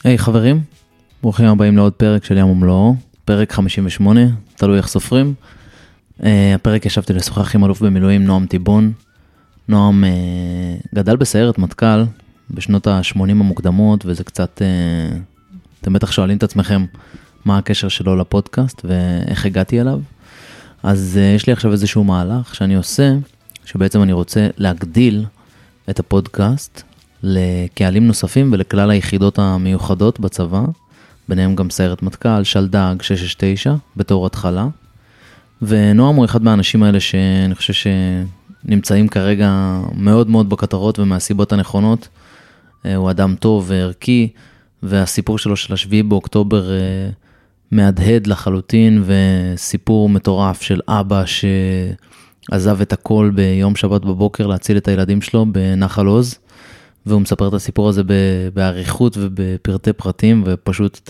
היי חברים, ברוכים הבאים לעוד פרק של ים ומלואו, פרק 58, תלוי איך סופרים. הפרק ישבתי לשוחח עם אלוף במילואים נועם טיבון. נועם גדל בסיירת מטכ"ל בשנות ה-80 המוקדמות, וזה קצת, אתם בטח שואלים את עצמכם מה הקשר שלו לפודקאסט ואיך הגעתי אליו. אז יש לי עכשיו איזשהו מהלך שאני עושה, שבעצם אני רוצה להגדיל את הפודקאסט לקהלים נוספים ולכלל היחידות המיוחדות בצבא, ביניהם גם סיירת מטכ"ל, שלדג, 669, בתור התחלה. ונועם הוא אחד מהאנשים האלה שאני חושב שנמצאים כרגע מאוד מאוד בכותרות ומהסיבות הנכונות. הוא אדם טוב וערכי, והסיפור שלו של השביעי באוקטובר מהדהד לחלוטין, וסיפור מטורף של אבא שעזב את הכל ביום שבת בבוקר להציל את הילדים שלו בנחל עוז, והוא מספר את הסיפור הזה בעריכות ובפרטי פרטים, ופשוט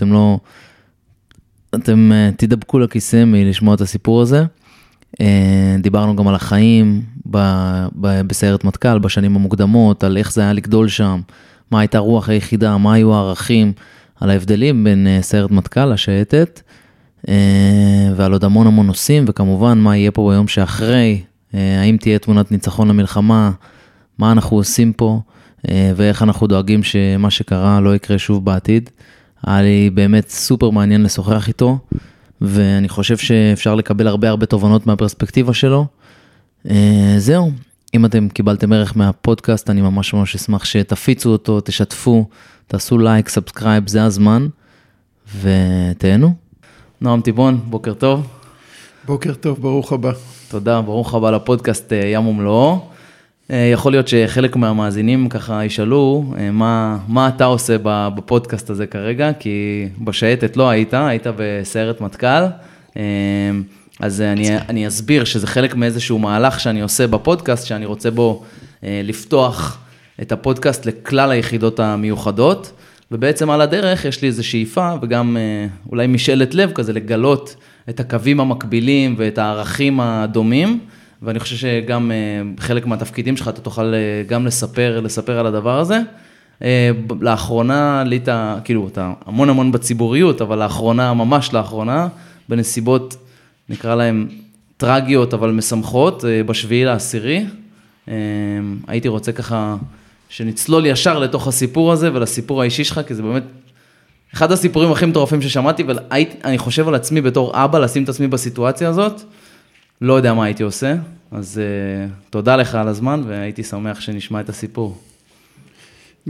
אתם תדבקו לכיסא מלשמוע את הסיפור הזה. דיברנו גם על החיים בסיירת מטכ"ל, בשנים המוקדמות, על איך זה היה לגדול שם, מה הייתה רוח היחידה, מה היו הערכים, על ההבדלים בין סיירת מטכ"ל לשייטת, ועל עוד המון נושאים, וכמובן מה יהיה פה ביום שאחרי, האם תהיה תמונת ניצחון למלחמה, מה אנחנו עושים פה, ואיך אנחנו דואגים שמה שקרה לא יקרה שוב בעתיד. היה לי באמת סופר מעניין לשוחח איתו, ואני חושב שאפשר לקבל הרבה תובנות מהפרספקטיבה שלו. זהו, אם אתם קיבלתם ערך מהפודקאסט, אני ממש אשמח שתפיצו אותו, תשתפו, תעשו לייק, סאבסקרייב, זה הזמן, ותהנו. נועם טיבון, בוקר טוב. בוקר טוב, ברוך הבא. תודה, ברוך הבא לפודקאסט ים ומלואו. יכול להיות שחלק מהמאזינים ככה ישאלו, מה אתה עושה בפודקאסט הזה כרגע, כי בשייטת לא היית בסיירת מטכ"ל, אז אני אסביר שזה חלק מאיזשהו מהלך שאני עושה בפודקאסט, שאני רוצה בו לפתוח את הפודקאסט לכלל היחידות המיוחדות, ובעצם על הדרך יש לי איזו שאיפה, וגם אולי משאלת לב כזה, לגלות את הקווים המקבילים ואת הערכים הדומים, ואני חושב שגם חלק מהתפקידים שלך, אתה תוכל גם לספר על הדבר הזה. לאחרונה, כאילו, אתה המון בציבוריות, אבל ממש לאחרונה, בנסיבות, נקרא להם טרגיות, אבל משמחות, בשביעי לעשירי. הייתי רוצה ככה, שנצלול ישר לתוך הסיפור הזה, ולסיפור האישי שלך, כי זה באמת אחד הסיפורים הכי מטורפים ששמעתי, ואני חושב על עצמי בתור אבא, לשים את עצמי בסיטואציה הזאת, לא יודע מה הייתי עושה, אז תודה לך על הזמן, והייתי שמח שנשמע את הסיפור. 100%.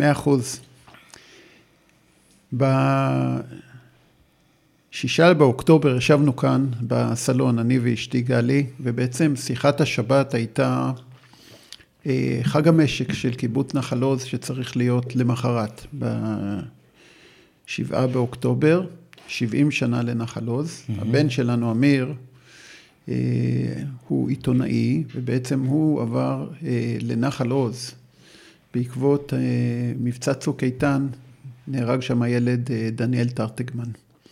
ב6 באוקטובר ישבנו כאן בסלון, אני ואשתי גלי, ובעצם שיחת השבת הייתה חג המשק של קיבוץ נחל עוז, שצריך להיות למחרת, ב7 באוקטובר, 70 שנה לנחל עוז. הבן שלנו, אמיר, הוא עיתונאי, ובעצם הוא עבר לנחל עוז. בעקבות מבצע צוק איתן, נהרג שם הילד דניאל טרטגמן.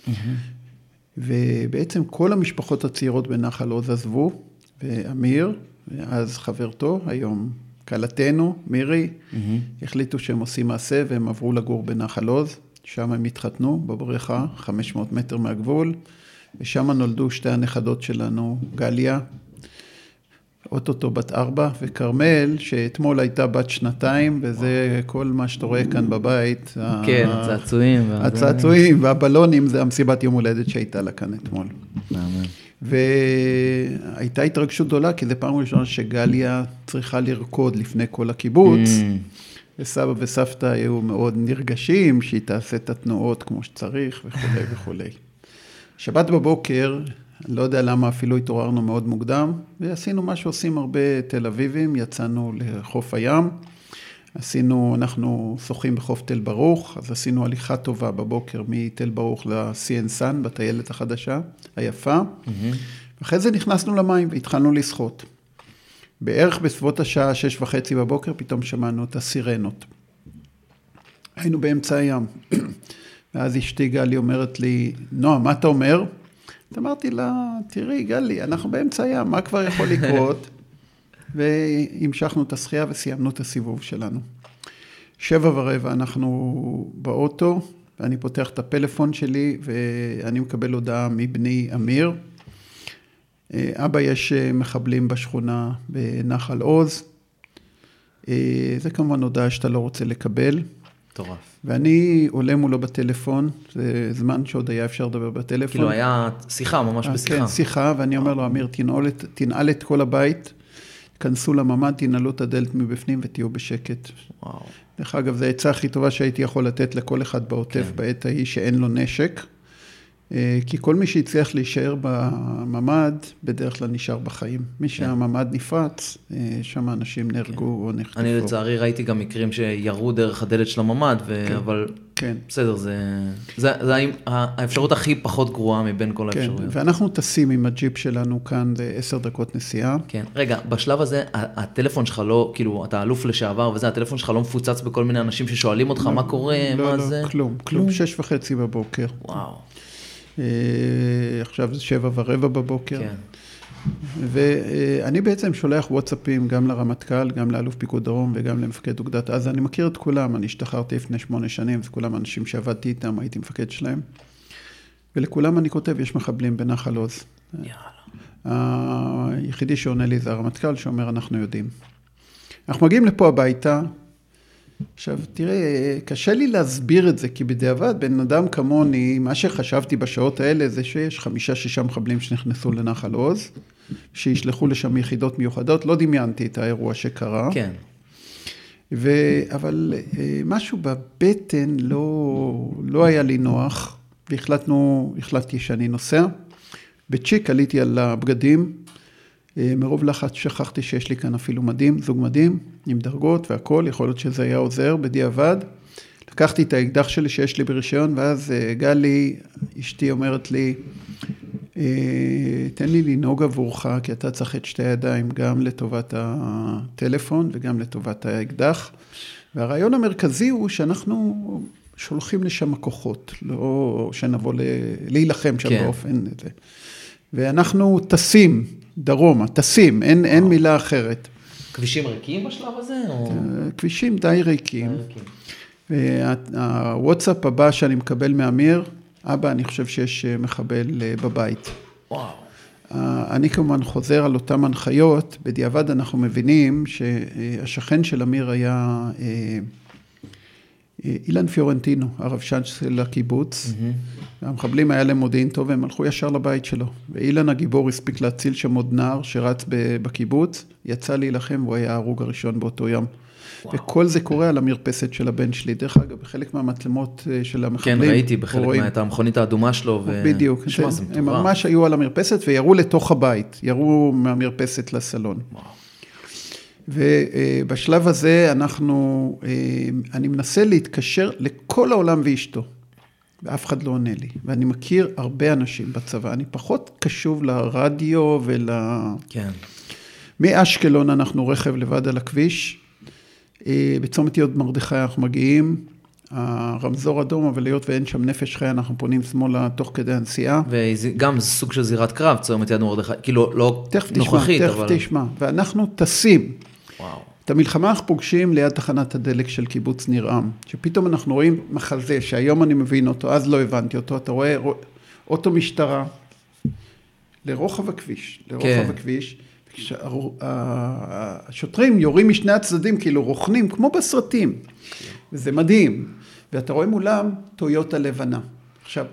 ובעצם כל המשפחות הצעירות בנחל עוז עזבו, ואמיר, אז חברתו, היום קלתנו, מירי, החליטו שהם עושים מעשה, והם עברו לגור בנחל עוז. שם הם התחתנו בבריכה, 500 מטר מהגבול, ושם נולדו שתי הנכדות שלנו, גליה, אוטוטו בת 4, וקרמל, שאתמול הייתה בת 2, וזה כל מה שאתה רואה כאן בבית. כן, הצעצועים. הצעצועים והבלונים, זה המסיבת יום הולדת שהייתה לה כאן אתמול. והייתה התרגשות גדולה, כי זה פעם ראשונה שגליה צריכה לרקוד לפני כל הקיבוץ, וסבא וסבתא היו מאוד נרגשים, שהיא תעשה את התנועות כמו שצריך, וכו'. שבת בבוקר, לא יודע למה אפילו התעוררנו מאוד מוקדם, ועשינו מה שעושים הרבה תל אביבים, יצאנו לחוף הים, אנחנו שוחים בחוף תל ברוך, אז עשינו הליכה טובה בבוקר מתל ברוך לסיאנסן, בטיילת החדשה, היפה, ואחרי זה נכנסנו למים והתחלנו לשחות. בערך בסביבות השעה 6:30 בבוקר, פתאום שמענו את הסירנות. היינו באמצע הים. ואז אשתי גלי אומרת לי, נועם, מה אתה אומר? אמרתי לה, תראי גלי, אנחנו באמצע הים, מה כבר יכול לקרות? והמשכנו את השחייה וסיימנו את הסיבוב שלנו. 7:15 אנחנו באוטו, ואני פותח את הפלאפון שלי, ואני מקבל הודעה מבני אמיר. אבא, יש מחבלים בשכונה בנחל עוז. זה כמובן הודעה שאתה לא רוצה לקבל. טורף. ואני עולה מולו בטלפון, זה זמן שעוד היה אפשר לדבר בטלפון. כאילו היה שיחה, ממש בשיחה. כן, שיחה, ואני אומר לו, אמיר, תנעל את כל הבית, כנסו לממ"ד, תנעלו את הדלת מבפנים ותהיו בשקט. וואו. דרך אגב, זו העצה הכי טובה שהייתי יכול לתת לכל אחד בעוטף בעת ההיא שאין לו נשק, כי כל מי שהצליח להישאר בממ"ד, בדרך כלל נשאר בחיים. מי שהממ"ד נפרץ, שם אנשים נהרגו או נחטפו. אני לצערי ראיתי גם מקרים שירו דרך הדלת של הממ"ד, אבל בסדר, זה האפשרות הכי פחות גרועה מבין כל האפשרויות. ואנחנו טסים עם הג'יפ שלנו כאן, זה 10 דקות נסיעה. כן, רגע, בשלב הזה, הטלפון שלך לא, כאילו, אתה אלוף לשעבר וזה, הטלפון שלך לא מפוצץ בכל מיני אנשים ששואלים אותך מה קורה, מה זה? לא, כלום, 6:30 בבוקר. וואו. עכשיו זה 7:15 בבוקר. כן. ואני בעצם שולח וואטסאפים גם לרמטכ"ל, גם לאלוף פיקוד דרום וגם למפקד אוגדת עזה. אני מכיר את כולם, אני השתחררתי לפני 8 שנים, וכולם אנשים שעבדתי איתם, הייתי מפקד שלהם. ולכולם אני כותב, יש מחבלים בנחל עוז. היחידי שעונה לי זה הרמטכ"ל, שאומר, אנחנו יודעים. אנחנו מגיעים לפה הביתה, עכשיו, תראה, קשה לי להסביר את זה, כי בדיעבד, בן אדם כמוני, מה שחשבתי בשעות האלה, זה שיש 5-6 מחבלים שנכנסו לנחל עוז, שישלחו לשם יחידות מיוחדות, לא דמיינתי את האירוע שקרה. כן. אבל משהו בבטן לא היה לי נוח, והחלטתי שאני נוסע. בצ'יק עליתי על הבגדים, מרוב לחץ שכחתי שיש לי כאן אפילו מדים, זוג מדים, עם דרגות והכל, יכול להיות שזה היה עוזר בדיעבד. לקחתי את האקדח שלי שיש לי ברישיון, ואז גלי, אשתי אומרת לי, תן לי לנהוג עבורך, כי אתה צריך את שתי הידיים, גם לטובת הטלפון וגם לטובת האקדח. והרעיון המרכזי הוא שאנחנו שולחים לשם כוחות, לא שנבוא להילחם שם באופן הזה. ואנחנו טסים דרומה, טסים, אין מילה אחרת. כבישים ריקים בשלב הזה? כבישים די ריקים. הוואטסאפ הבא שאני מקבל מאמיר, אבא, אני חושב שיש מחבל בבית. וואו. אני כמובן חוזר על אותם הנחיות, בדיעבד אנחנו מבינים שהשכן של אמיר היה אילן פיורנטינו, הרבש"ץ של הקיבוץ. המחבלים היה להם מודיעין טוב, והם הלכו ישר לבית שלו. ואילן הגיבור הספיק להציל שם עוד נער שרץ בקיבוץ, יצא להילחם, והוא היה ההרוג הראשון באותו יום. וכל זה קורה על המרפסת של הבן שלי. דרך אגב, בחלק מהמצלמות של המחבלים. כן, ראיתי בחלק את המכונית האדומה שלו. בדיוק. הם ממש היו על המרפסת וירו לתוך הבית. ירו מהמרפסת לסלון. ובשלב הזה אני מנסה להתקשר לכל העולם ואשתו. ואף אחד לא עונה לי. ואני מכיר הרבה אנשים בצבא. אני פחות קשוב לרדיו כן. מאשקלון אנחנו רכב לבד על הכביש. בצומת יוד מרדכי אנחנו מגיעים, הרמזור אדום, אבל להיות ואין שם נפש חיה, אנחנו פונים שמאלה תוך כדי הנסיעה. וגם זה סוג של זירת קרב, צומת יד מרדכי, כאילו לא נוכחית, אבל... תכף תשמע, ואנחנו טסים. וואו. את המלחמה אנחנו פוגשים ליד תחנת הדלק של קיבוץ ניר-עם, שפתאום אנחנו רואים מחזה, שהיום אני מבין אותו, אז לא הבנתי אותו, אתה רואה אוטו משטרה, לרוחב הכביש, השוטרים יורים משני הצדדים, כאילו רוכנים, כמו בסרטים, וזה מדהים, ואתה רואה מולם טויוטה לבנה. עכשיו,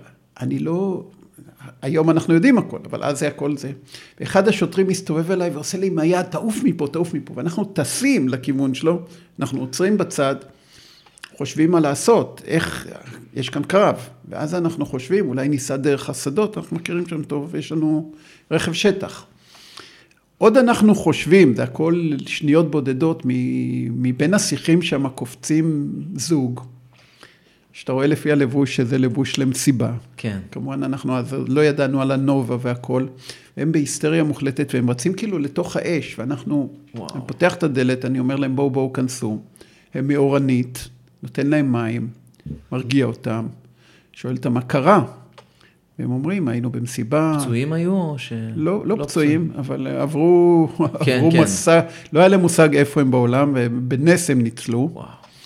היום אנחנו יודעים הכל, אבל אז זה הכל זה. ואחד השוטרים מסתובב אליי ועושה לי עם היד, תעוף מפה, ואנחנו טסים לכיוון שלו, אנחנו עוצרים בצד, חושבים מה לעשות, איך, יש כאן קרב, ואז אנחנו חושבים, אולי ניסע דרך השדות, אנחנו מכירים שם טוב, ויש לנו רכב שטח. עוד אנחנו חושבים, זה הכל שניות בודדות, מבין השיחים שם קופצים זוג, שאתה רואה לפי הלבוש שזה לבוש למסיבה. כן. כמובן אנחנו אז לא ידענו על הנובה והכל, הם בהיסטריה מוחלטת, והם רצים כאילו לתוך האש, ואנחנו, אני פותח את הדלת, אני אומר להם בואו כנסו, הם מאורנית, נותן להם מים, מרגיע אותם, שואל אותם מה קרה, והם אומרים, היינו במסיבה. פצועים היו או ש... לא פצועים, אבל עברו מסע, לא היה להם מושג איפה הם בעולם, ובנס הם ניצלו. וואו.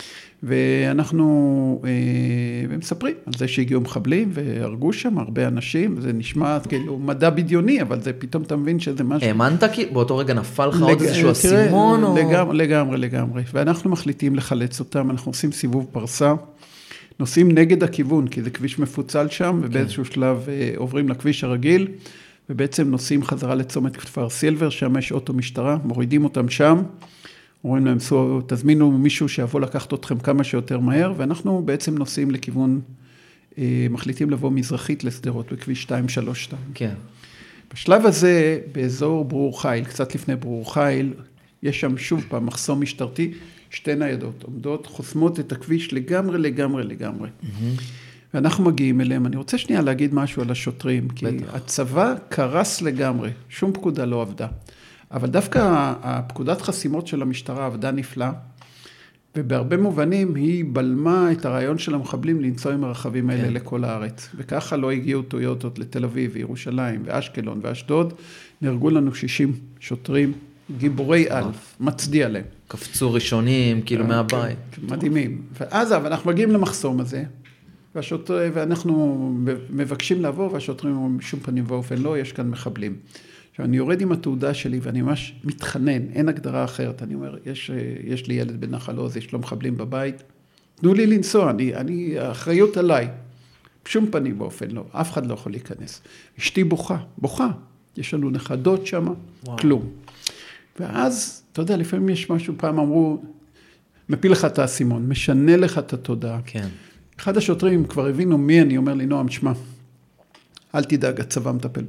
ואנחנו מספרים על זה שהגיעו מחבלים והרגו שם הרבה אנשים, זה נשמע כאילו מדע בדיוני, אבל זה פתאום אתה מבין שזה משהו... האמנת כי באותו רגע נפל לך עוד איזשהו אסימון? לגמרי. ואנחנו מחליטים לחלץ אותם, אנחנו עושים סיבוב פרסה, נוסעים נגד הכיוון, כי זה כביש מפוצל שם, ובאיזשהו שלב עוברים לכביש הרגיל, ובעצם נוסעים חזרה לצומת כפר סילבר, שם יש אוטו משטרה, מורידים אותם שם, אומרים להם, תזמינו מישהו שיבוא לקחת אתכם כמה שיותר מהר, ואנחנו בעצם נוסעים לכיוון, מחליטים לבוא מזרחית לסדרות, בכביש 232. כן. בשלב הזה, באזור ברור חיל, קצת לפני ברור חיל, יש שם שוב פעם מחסום משטרתי, שתי ניידות עומדות, חוסמות את הכביש לגמרי. ואנחנו מגיעים אליהם. אני רוצה שנייה להגיד משהו על השוטרים, כי הצבא קרס לגמרי, שום פקודה לא עבדה. אבל דווקא הפקודת חסימות של המשטרה עבדה נפלא, ובהרבה מובנים היא בלמה את הרעיון של המחבלים לנסוע עם הרכבים האלה לכל הארץ. וככה לא הגיעו טויוטות לתל אביב, וירושלים, ואשקלון, ואשדוד. נהרגו לנו 60 שוטרים, גיבורי על, מצדיע להם. קפצו ראשונים, כאילו מהבית. מדהימים. ואז אנחנו מגיעים למחסום הזה, ואנחנו מבקשים לעבור, והשוטרים אומרים, שום פנים ואופן לא, יש כאן מחבלים. עכשיו, אני יורד עם התעודה שלי, ואני ממש מתחנן, אין הגדרה אחרת. אני אומר, יש לי ילד בנחל עוז, יש לו מחבלים בבית, תנו לי לנסוע, האחריות עליי. שום פנים ואופן לא, אף אחד לא יכול להיכנס. אשתי בוכה. יש לנו נכדות שם, כלום. ואז, אתה יודע, לפעמים יש משהו, פעם אמרו, מפיל לך את האסימון, משנה לך את התודעה. כן. אחד השוטרים כבר הבינו מי אני, אומר לי, נועם, שמע, אל תדאג, הצבא מטפל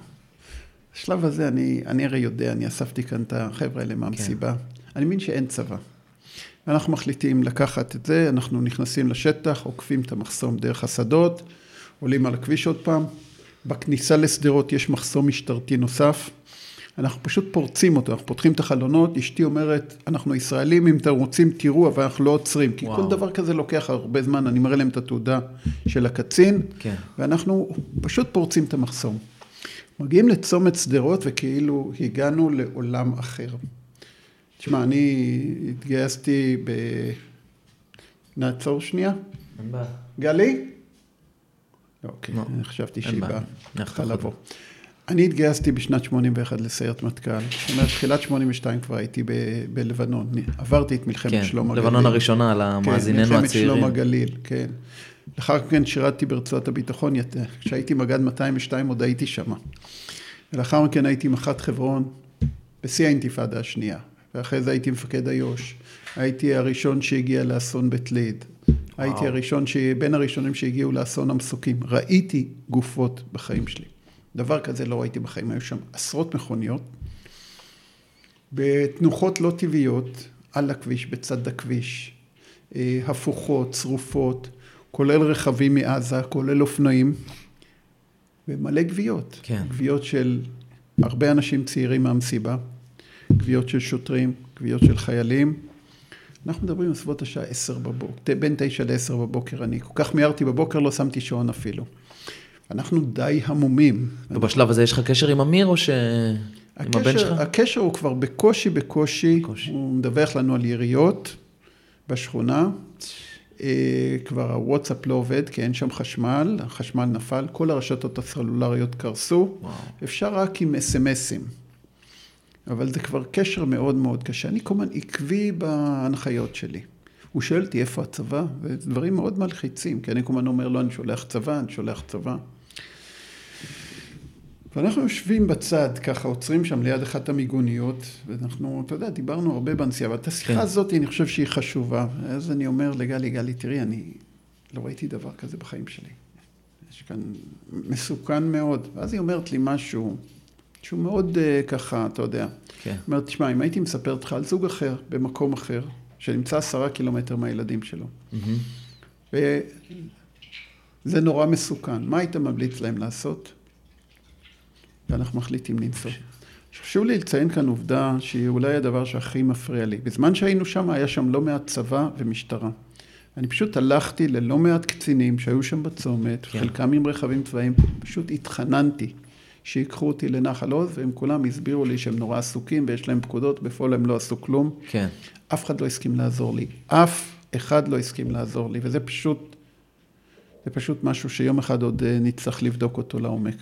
בשלב הזה, אני הרי יודע, אני אספתי כאן את החבר'ה האלה מהמסיבה, אני מבין שאין צבא. אנחנו מחליטים לקחת את זה, אנחנו נכנסים לשטח, עוקפים את המחסום דרך השדות, עולים על הכביש עוד פעם, בכניסה לסדרות יש מחסום משטרתי נוסף, אנחנו פשוט פורצים אותו, אנחנו פותחים את החלונות, אשתי אומרת, אנחנו ישראלים, אם אתם רוצים תראו, אבל אנחנו לא עוצרים, כי כל דבר כזה לוקח הרבה זמן, אני מראה להם את התעודה של הקצין, ואנחנו פשוט פורצים את המחסום. מגיעים לצומת סדרות, וכאילו הגענו לעולם אחר. תשמע, אני התגייסתי נעצור שנייה? אין בעיה. גלי? אוקיי, אני חשבתי שהיא באה. צריכה לבוא. אני התגייסתי בשנת 81 לסיירת מטכ"ל. זאת אומרת, תחילת 82 כבר הייתי בלבנון. עברתי את מלחמת שלום הגליל. לבנון הראשונה, למאזיננו הצעירים. מלחמת שלום הגליל, כן. לאחר כן שירתתי ברצועת הביטחון, כשהייתי מג"ד 202 עוד הייתי שם. ולאחר מכן הייתי מח"ט חברון, בשיא האינתיפאדה השנייה. ואחרי זה הייתי מפקד איו"ש. הייתי הראשון שהגיע לאסון בית ליד. הייתי בין הראשונים שהגיעו לאסון המסוקים. ראיתי גופות בחיים שלי. דבר כזה לא ראיתי בחיים. היו שם עשרות מכוניות, בתנוחות לא טבעיות, על הכביש, בצד הכביש, הפוכות, צרופות, כולל רכבים מעזה, כולל אופנועים, ומלא גוויות. כן. גוויות של הרבה אנשים צעירים מהמסיבה, גוויות של שוטרים, גוויות של חיילים. אנחנו מדברים על סביבות השעה 10 בבוקר, בין 9 ל-10 בבוקר. אני כל כך מיהרתי בבוקר, לא שמתי שעון אפילו. אנחנו די המומים. ובשלב הזה יש לך קשר עם אמיר או עם הבן שלך? הקשר הוא כבר בקושי. הוא מדווח לנו על יריות בשכונה. כבר הוואטסאפ לא עובד, כי אין שם חשמל, החשמל נפל, כל הרשתות הסלולריות קרסו. אפשר רק עם אס-אמסים. אבל זה כבר קשר מאוד מאוד קשה. אני כמובן עקבי בהנחיות שלי. הוא שואל אותי איפה הצבא, ודברים מאוד מלחיצים, כי אני כמובן אומר לו, אני שולח צבא. ואנחנו יושבים בצד, ככה עוצרים שם ליד אחת המיגוניות, ואנחנו, אתה יודע, דיברנו הרבה בנסיעה, אבל את השיחה הזאת אני חושב שהיא חשובה. אז אני אומר לגלי, תראי, אני לא ראיתי דבר כזה בחיים שלי. יש כאן מסוכן מאוד. ואז היא אומרת לי משהו, שהוא מאוד ככה, אתה יודע. אומרת, תשמע, אם הייתי מספר לך על זוג אחר, במקום אחר, שנמצא 10 קילומטר מהילדים שלו. וזה נורא מסוכן. מה היית ממליץ להם לעשות? ואנחנו מחליטים לנסוע. חשוב לי לציין כאן עובדה שהיא אולי הדבר שהכי מפריע לי. בזמן שהיינו שם, היה שם לא מעט צבא ומשטרה. אני פשוט הלכתי ללא מעט קצינים שהיו שם בצומת, חלקם עם רכבים צבאיים, פשוט התחננתי שיקחו אותי לנחל עוז, והם כולם הסבירו לי שהם נורא עסוקים, ויש להם פקודות, בפועל הם לא עשו כלום. כן. אף אחד לא הסכים לעזור לי. אף אחד לא הסכים לעזור לי, וזה פשוט משהו שיום אחד עוד נצטרך לבדוק אותו לעומק.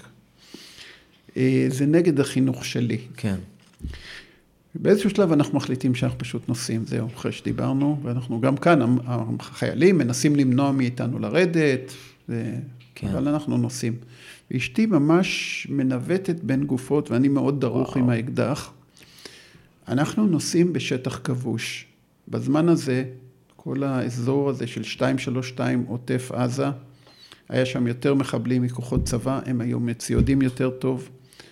זה נגד החינוך שלי. כן. באיזשהו שלב אנחנו מחליטים שאנחנו פשוט נוסעים, זהו, אחרי שדיברנו, ואנחנו גם כאן, החיילים מנסים למנוע מאיתנו לרדת, כן. אבל אנחנו נוסעים. ואשתי ממש מנווטת בין גופות, ואני מאוד דרוך עם האקדח. אנחנו נוסעים בשטח כבוש. בזמן הזה, כל האזור הזה של 232 עוטף עזה, היה שם יותר מחבלים מכוחות צבא, הם היו מציודים יותר טוב.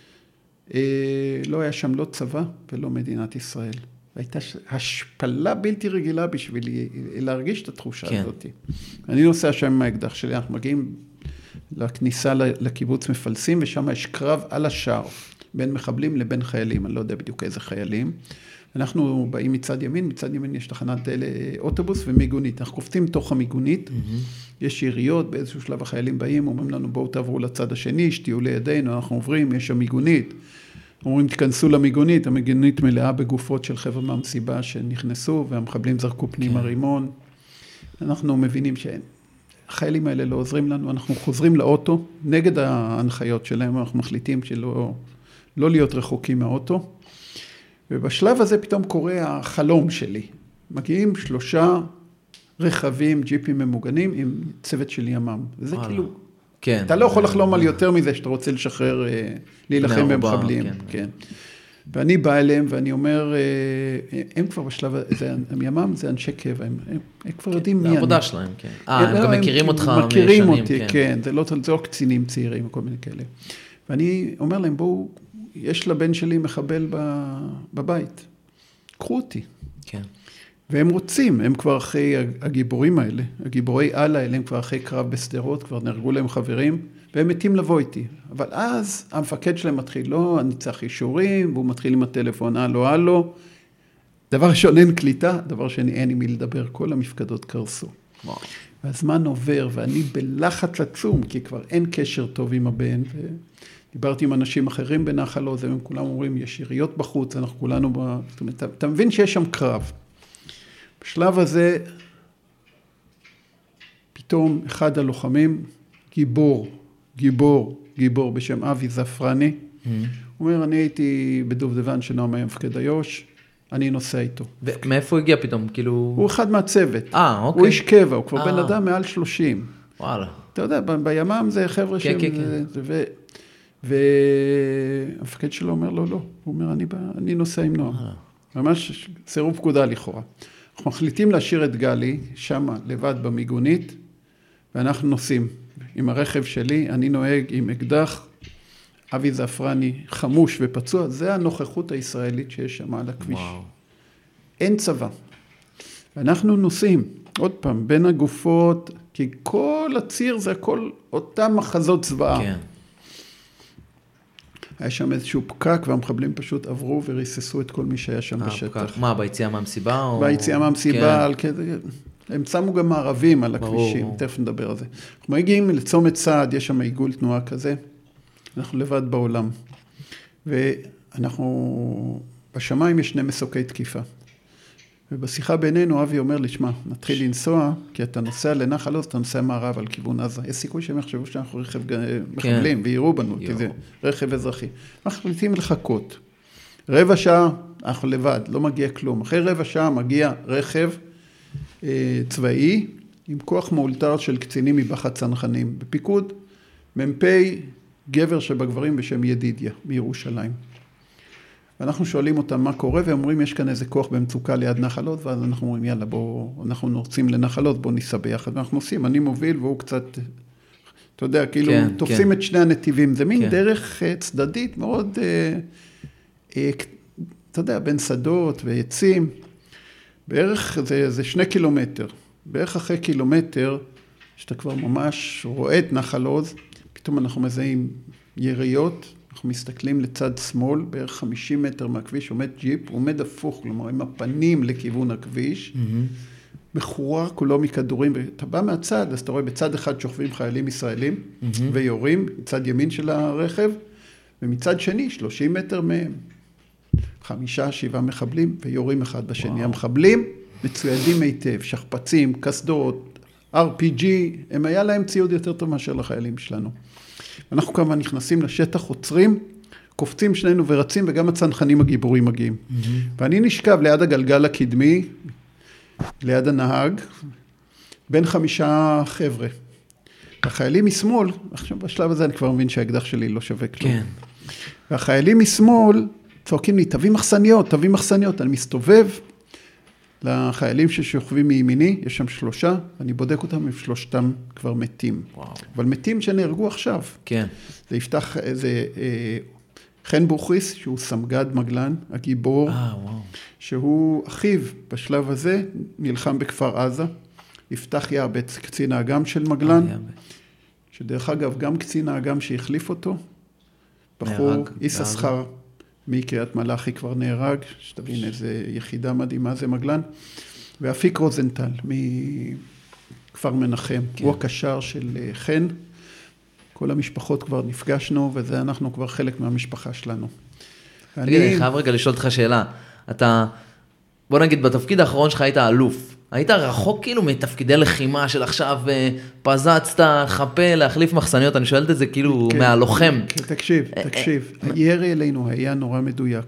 לא היה שם לא צבא ולא מדינת ישראל. הייתה השפלה בלתי רגילה בשבילי להרגיש את התחושה כן. הזאת. אני נוסע שם עם האקדח שלי, אנחנו מגיעים לכניסה לקיבוץ מפלסים, ושם יש קרב על השער, בין מחבלים לבין חיילים, אני לא יודע בדיוק איזה חיילים. אנחנו באים מצד ימין, מצד ימין יש תחנת אוטובוס ומיגונית. אנחנו קופצים תוך המיגונית, יש יריות, באיזשהו שלב החיילים באים, אומרים לנו בואו תעברו לצד השני, שתהיו לידינו, אנחנו עוברים, יש שם מיגונית. אומרים תכנסו למיגונית, המיגונית מלאה בגופות של חבר'ה מהמסיבה שנכנסו, והמחבלים זרקו פנימה רימון. אנחנו מבינים שהחיילים האלה לא עוזרים לנו, אנחנו חוזרים לאוטו, נגד ההנחיות שלהם, אנחנו מחליטים שלא להיות רחוקים מהאוטו. ובשלב הזה פתאום קורה החלום שלי. מגיעים 3 רכבים, ג'יפים ממוגנים עם צוות של ימ"מ. וזה כאילו, כן, אתה לא יכול לחלום על יותר מזה שאתה רוצה לשחרר, להילחם במחבלים. כן. כן. ואני בא אליהם ואני אומר, הם כבר בשלב הזה, ימ"מ זה אנשי קבע, הם כבר יודעים מי אני. זה העבודה שלהם, כן. הם גם מכירים אותך משנים. מכירים אותי, כן. זה לא קצינים צעירים וכל מיני כאלה. ואני אומר להם, בואו, יש לבן שלי מחבל בבית. קחו אותי. כן. והם רוצים, הם כבר אחרי הגיבורים האלה, הגיבורי על האלה, הם כבר אחרי קרב בסדרות, כבר נהרגו להם חברים, והם מתים לבוא איתי. אבל אז המפקד שלהם מתחיל, לא, אני צריך אישורים, והוא מתחיל עם הטלפון, הלו. דבר ראשון, אין קליטה, דבר שני, אין עם מי לדבר, כל המפקדות קרסו. וואו. והזמן עובר, ואני בלחץ עצום, כי כבר אין קשר טוב עם הבן, דיברתי עם אנשים אחרים בנחל עוז, והם כולם אומרים, יש יריות בחוץ, אנחנו כולנו זאת אומרת, אתה מבין שיש שם קרב. בשלב הזה, פתאום אחד הלוחמים, גיבור בשם אבי זפרני, הוא אומר, אני הייתי בדובדבן שנועם היה מפקד איו"ש, אני נוסע איתו. ומאיפה הוא הגיע פתאום? כאילו... הוא אחד מהצוות. אוקיי. הוא איש קבע, הוא כבר בן אדם מעל 30. וואלה. אתה יודע, בימ"ם זה חבר'ה כן, שהם... כן. והמפקד שלו אומר לו, לא. הוא אומר, אני נוסע עם נועם. ממש סירוב פקודה לכאורה. אנחנו מחליטים להשאיר את גלי, שמה לבד במיגונית, ואנחנו נוסעים עם הרכב שלי, אני נוהג עם אקדח, אבי זפרני חמוש ופצוע, זה הנוכחות הישראלית שיש שם על הכביש. וואו. אין צבא. ואנחנו נוסעים, עוד פעם, בין הגופות, כי כל הציר זה הכל אותם מחזות צבאה. כן. היה שם איזשהו פקק, והמחבלים פשוט עברו וריססו את כל מי שהיה שם בשטח. מה, ביציאה מהמסיבה? ביציאה מהמסיבה, הם שמו גם מערבים על הכבישים, תכף נדבר על זה. אנחנו מגיעים לצומת צעד, יש שם עיגול תנועה כזה, אנחנו לבד בעולם. ואנחנו, בשמיים יש 2 מסוקי תקיפה. ובשיחה בינינו, אבי אומר לי, שמע, נתחיל לנסוע, כי אתה נוסע לנחל עוז, אתה נוסע מערב על כיוון עזה. יש סיכוי שהם יחשבו שאנחנו רכב מחבלים, ויראו בנו, כי זה רכב אזרחי. אנחנו מחליטים לחכות. 15 שעה, אנחנו לבד, לא מגיע כלום. אחרי 15 שעה מגיע רכב צבאי, עם כוח מאולתר של קצינים מבחת צנחנים. בפיקוד, מ"פ גבר שבגברים בשם ידידיה, מירושלים. ואנחנו שואלים אותם מה קורה, ואומרים, יש כאן איזה כוח במצוקה ליד נחל עוז, ואז אנחנו אומרים, יאללה, אנחנו נורצים לנחל עוז, בואו ניסע ביחד. ואנחנו עושים, אני מוביל, והוא קצת, אתה יודע, כאילו, תופסים את שני הנתיבים. זה מין דרך צדדית מאוד, אתה יודע, בין שדות ועצים. בערך, זה 2 קילומטר. בערך אחרי קילומטר, שאתה כבר ממש רואה את נחל עוז, פתאום אנחנו מזהים יריות, אנחנו מסתכלים לצד שמאל, בערך 50 מטר מהכביש, עומד ג'יפ, הוא עומד הפוך, כלומר, עם הפנים לכיוון הכביש, מחורר כולו מכדורים, ואתה בא מהצד, אז אתה רואה בצד אחד שוכבים חיילים ישראלים, ויורים, מצד ימין של הרכב, ומצד שני, 30 מטר מהם, 5-7 מחבלים, ויורים אחד בשני. המחבלים מצוידים היטב, שכפצים, קסדות, RPG, הם היה להם ציוד יותר טוב מאשר לחיילים שלנו. אנחנו כמובן נכנסים לשטח, עוצרים, קופצים שנינו ורצים, וגם הצנחנים הגיבורים מגיעים. ואני נשכב ליד הגלגל הקדמי, ליד הנהג, בין 5 חבר'ה. החיילים משמאל, עכשיו בשלב הזה אני כבר מבין שהאקדח שלי לא שווה כלום. כן. והחיילים משמאל צועקים לי, תביא מחסניות, תביא מחסניות. אני מסתובב לחיילים ששוכבים מימיני, יש שם 3, אני בודק אותם, הם 3 כבר מתים. וואו. אבל מתים שנהרגו עכשיו. כן. זה יפתח איזה חן בוכריס, שהוא סמג"ד מגלן, הגיבור, וואו. שהוא אחיו בשלב הזה, נלחם בכפר עזה, יפתח יעבץ, קצין האג"ם של מגלן, שדרך אגב, גם קצין האג"ם שהחליף אותו, בחור יששכר מקריית מלאכי כבר נהרג, שתבין איזה יחידה מדהימה זה מגלן, ואפיק רוזנטל מכפר מנחם, כן. הוא הקשר של חן, כל המשפחות כבר נפגשנו, וזה אנחנו כבר חלק מהמשפחה שלנו. אני חייב רגע לשאול אותך שאלה, אתה, בוא נגיד, בתפקיד האחרון שלך היית אלוף, היית רחוק כאילו מתפקידי לחימה של עכשיו פזצת, חפה, להחליף מחסניות, אני שואלת את זה כאילו מהלוחם. תקשיב, הירי אלינו היה נורא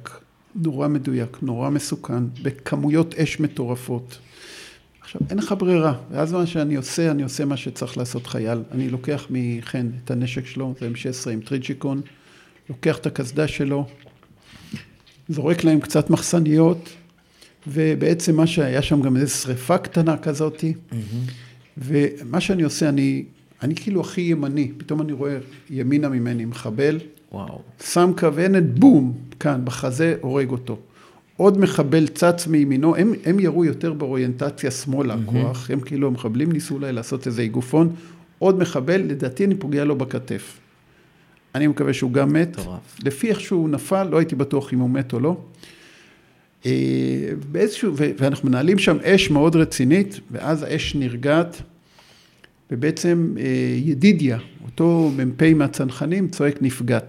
מדויק, נורא מסוכן, בכמויות אש מטורפות. עכשיו, אין לך ברירה, ואז מה שאני עושה, אני עושה מה שצריך לעשות חייל. אני לוקח מחן את הנשק שלו, זה M16 עם טריג'יקון, לוקח את הקסדה שלו, זורק להם קצת מחסניות, ובעצם מה שהיה שם גם איזו שריפה קטנה כזאת, ומה שאני עושה, אני כאילו הכי ימני, פתאום אני רואה ימינה ממני מחבל, שם כוונת, בום, כאן, בחזה, הורג אותו. עוד מחבל צץ מימינו, הם יראו יותר באוריינטציה שמאלה, הכוח, הם כאילו המחבלים ניסו אולי לעשות איזה איגופון, עוד מחבל, לדעתי אני פוגע לו בכתף. אני מקווה שהוא גם מת, לפי איך שהוא נפל, לא הייתי בטוח אם הוא מת או לא, ואנחנו מנהלים שם אש מאוד רצינית, ואז האש נרגעת, ובעצם ידידיה, אותו מ"פ מהצנחנים, צועק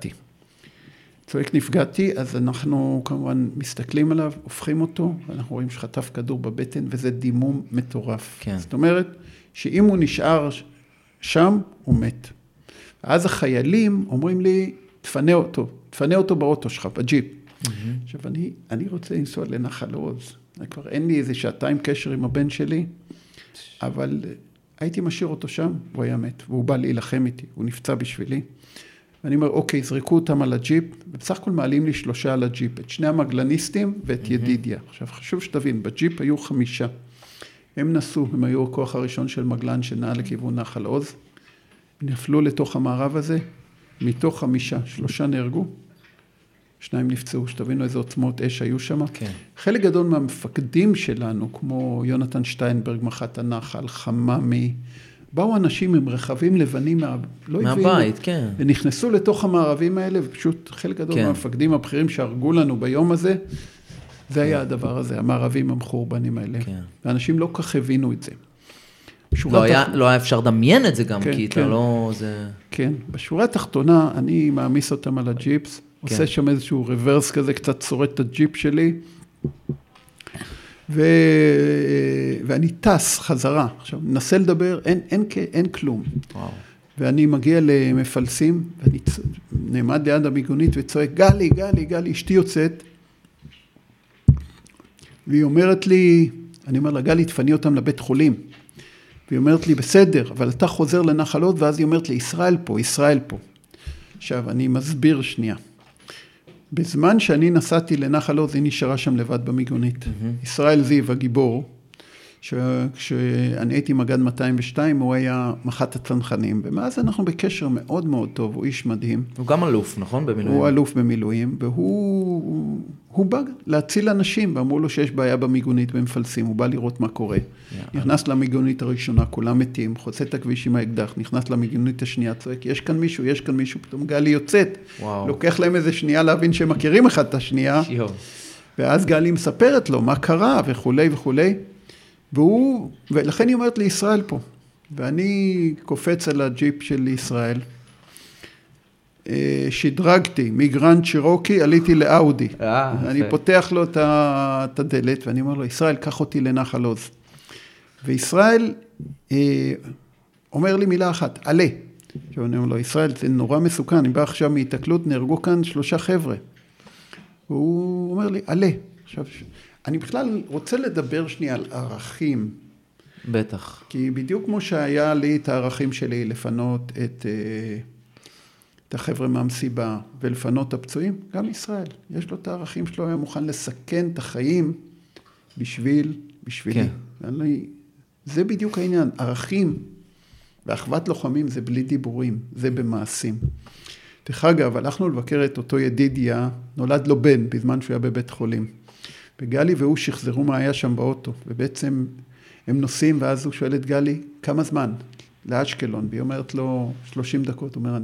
נפגעתי, אז אנחנו כמובן מסתכלים עליו, הופכים אותו, ואנחנו רואים שחטף כדור בבטן, וזה דימום מטורף. כן. זאת אומרת, שאם הוא נשאר שם, הוא מת. ואז החיילים אומרים לי, תפנה אותו באוטו שלך, בג'יפ. עכשיו, אני רוצה לנסוע לנחל עוז. כבר אין לי איזה 2 קשר עם הבן שלי, אבל הייתי משאיר אותו שם, הוא היה מת, והוא בא להילחם איתי, הוא נפצע בשבילי. ואני אומר, אוקיי, זרקו אותם על הג'יפ, ובסך הכל מעלים לי 3 על הג'יפ, את 2 המגלניסטים ואת ידידיה. עכשיו, חשוב שתבין, בג'יפ היו 5. הם נסו, הם היו הכוח הראשון של מגלן שנע לכיוון נחל עוז, נפלו לתוך המערב הזה, מתוך 5, 3 נהרגו, 2 נפצעו, שתבינו איזה עוצמות אש היו שם. כן. חלק גדול מהמפקדים שלנו, כמו יונתן שטיינברג, מח"ט הנחל, חממי, באו אנשים עם רכבים לבנים, מהבית, כן. ונכנסו לתוך המערבים האלה, ופשוט חלק גדול מהמפקדים הבכירים שהרגו לנו ביום הזה, זה היה הדבר הזה, המערבים המחורבנים האלה. ואנשים לא כך הבינו את זה. לא היה אפשר דמיין את זה גם, כי אתה לא... כן, בשורה התחתונה, אני מעמיס אותם על הג'יפס, עושה שם איזשהו רוורס כזה, קצת צורת את הג'יפ שלי, ואני טס חזרה. עכשיו, ננסה לדבר, אין כלום. ואני מגיע למפלסים, ואני נעמד ליד המיגונית וצועק, גלי, אשתי יוצאת. והיא אומרת לי, אני אומר לה, גלי, תפני אותם לבית חולים. והיא אומרת לי, בסדר, אבל אתה חוזר לנחל עוז, ואז היא אומרת לי, ישראל פה. עכשיו, אני מסביר שנייה. בזמן שאני נסעתי לנחל עוז, היא נשארה שם לבד במיגונית. ישראל זיו, הגיבור, כשאני הייתי מג"ד 202, הוא היה מח"ט הצנחנים, ומאז אנחנו בקשר מאוד מאוד טוב, הוא איש מדהים. הוא גם אלוף, נכון? במילואים. הוא אלוף במילואים, והוא בא להציל אנשים, ואמרו לו שיש בעיה במיגונית במפלסים, הוא בא לראות מה קורה. נכנס למיגונית הראשונה, כולם מתים, חוצה את הכביש עם האקדח, נכנס למיגונית השנייה, צועק, יש כאן מישהו, פתאום גלי יוצאת, לוקח להם איזה שנייה להבין שהם מכירים אחד את השנייה, ואז גלי מספרת לו מה קרה וכו'. ולכן היא אומרת לי, ישראל פה. ואני קופץ על הג'יפ של ישראל. שדרגתי מגרנד צ'ירוקי, עליתי לאאודי. אני פותח לו את הדלת, ואני אומר לו, ישראל, קח אותי לנחל עוז. וישראל אומר לי מילה אחת, עלה. עכשיו אני אומר לו, ישראל, זה נורא מסוכן, אני בא עכשיו מהתקלות, נהרגו כאן 3 חבר'ה. הוא אומר לי, עלה. עכשיו, אני בכלל רוצה לדבר שנייה על ערכים. בטח. כי בדיוק כמו שהיה לי את הערכים שלי לפנות את החבר'ה מהמסיבה ולפנות את הפצועים, גם ישראל, יש לו את הערכים שלו, היה מוכן לסכן את החיים בשבילי. כן. זה בדיוק העניין, ערכים ואחוות לוחמים זה בלי דיבורים, זה במעשים. דרך אגב, הלכנו לבקר את אותו ידידיה, נולד לו בן בזמן שהוא היה בבית חולים. וגלי והוא שחזרו מה היה שם באוטו, ובעצם הם נוסעים, ואז הוא שואל את גלי, כמה זמן? לאשקלון, והיא אומרת לו 30 דקות, הוא אומר,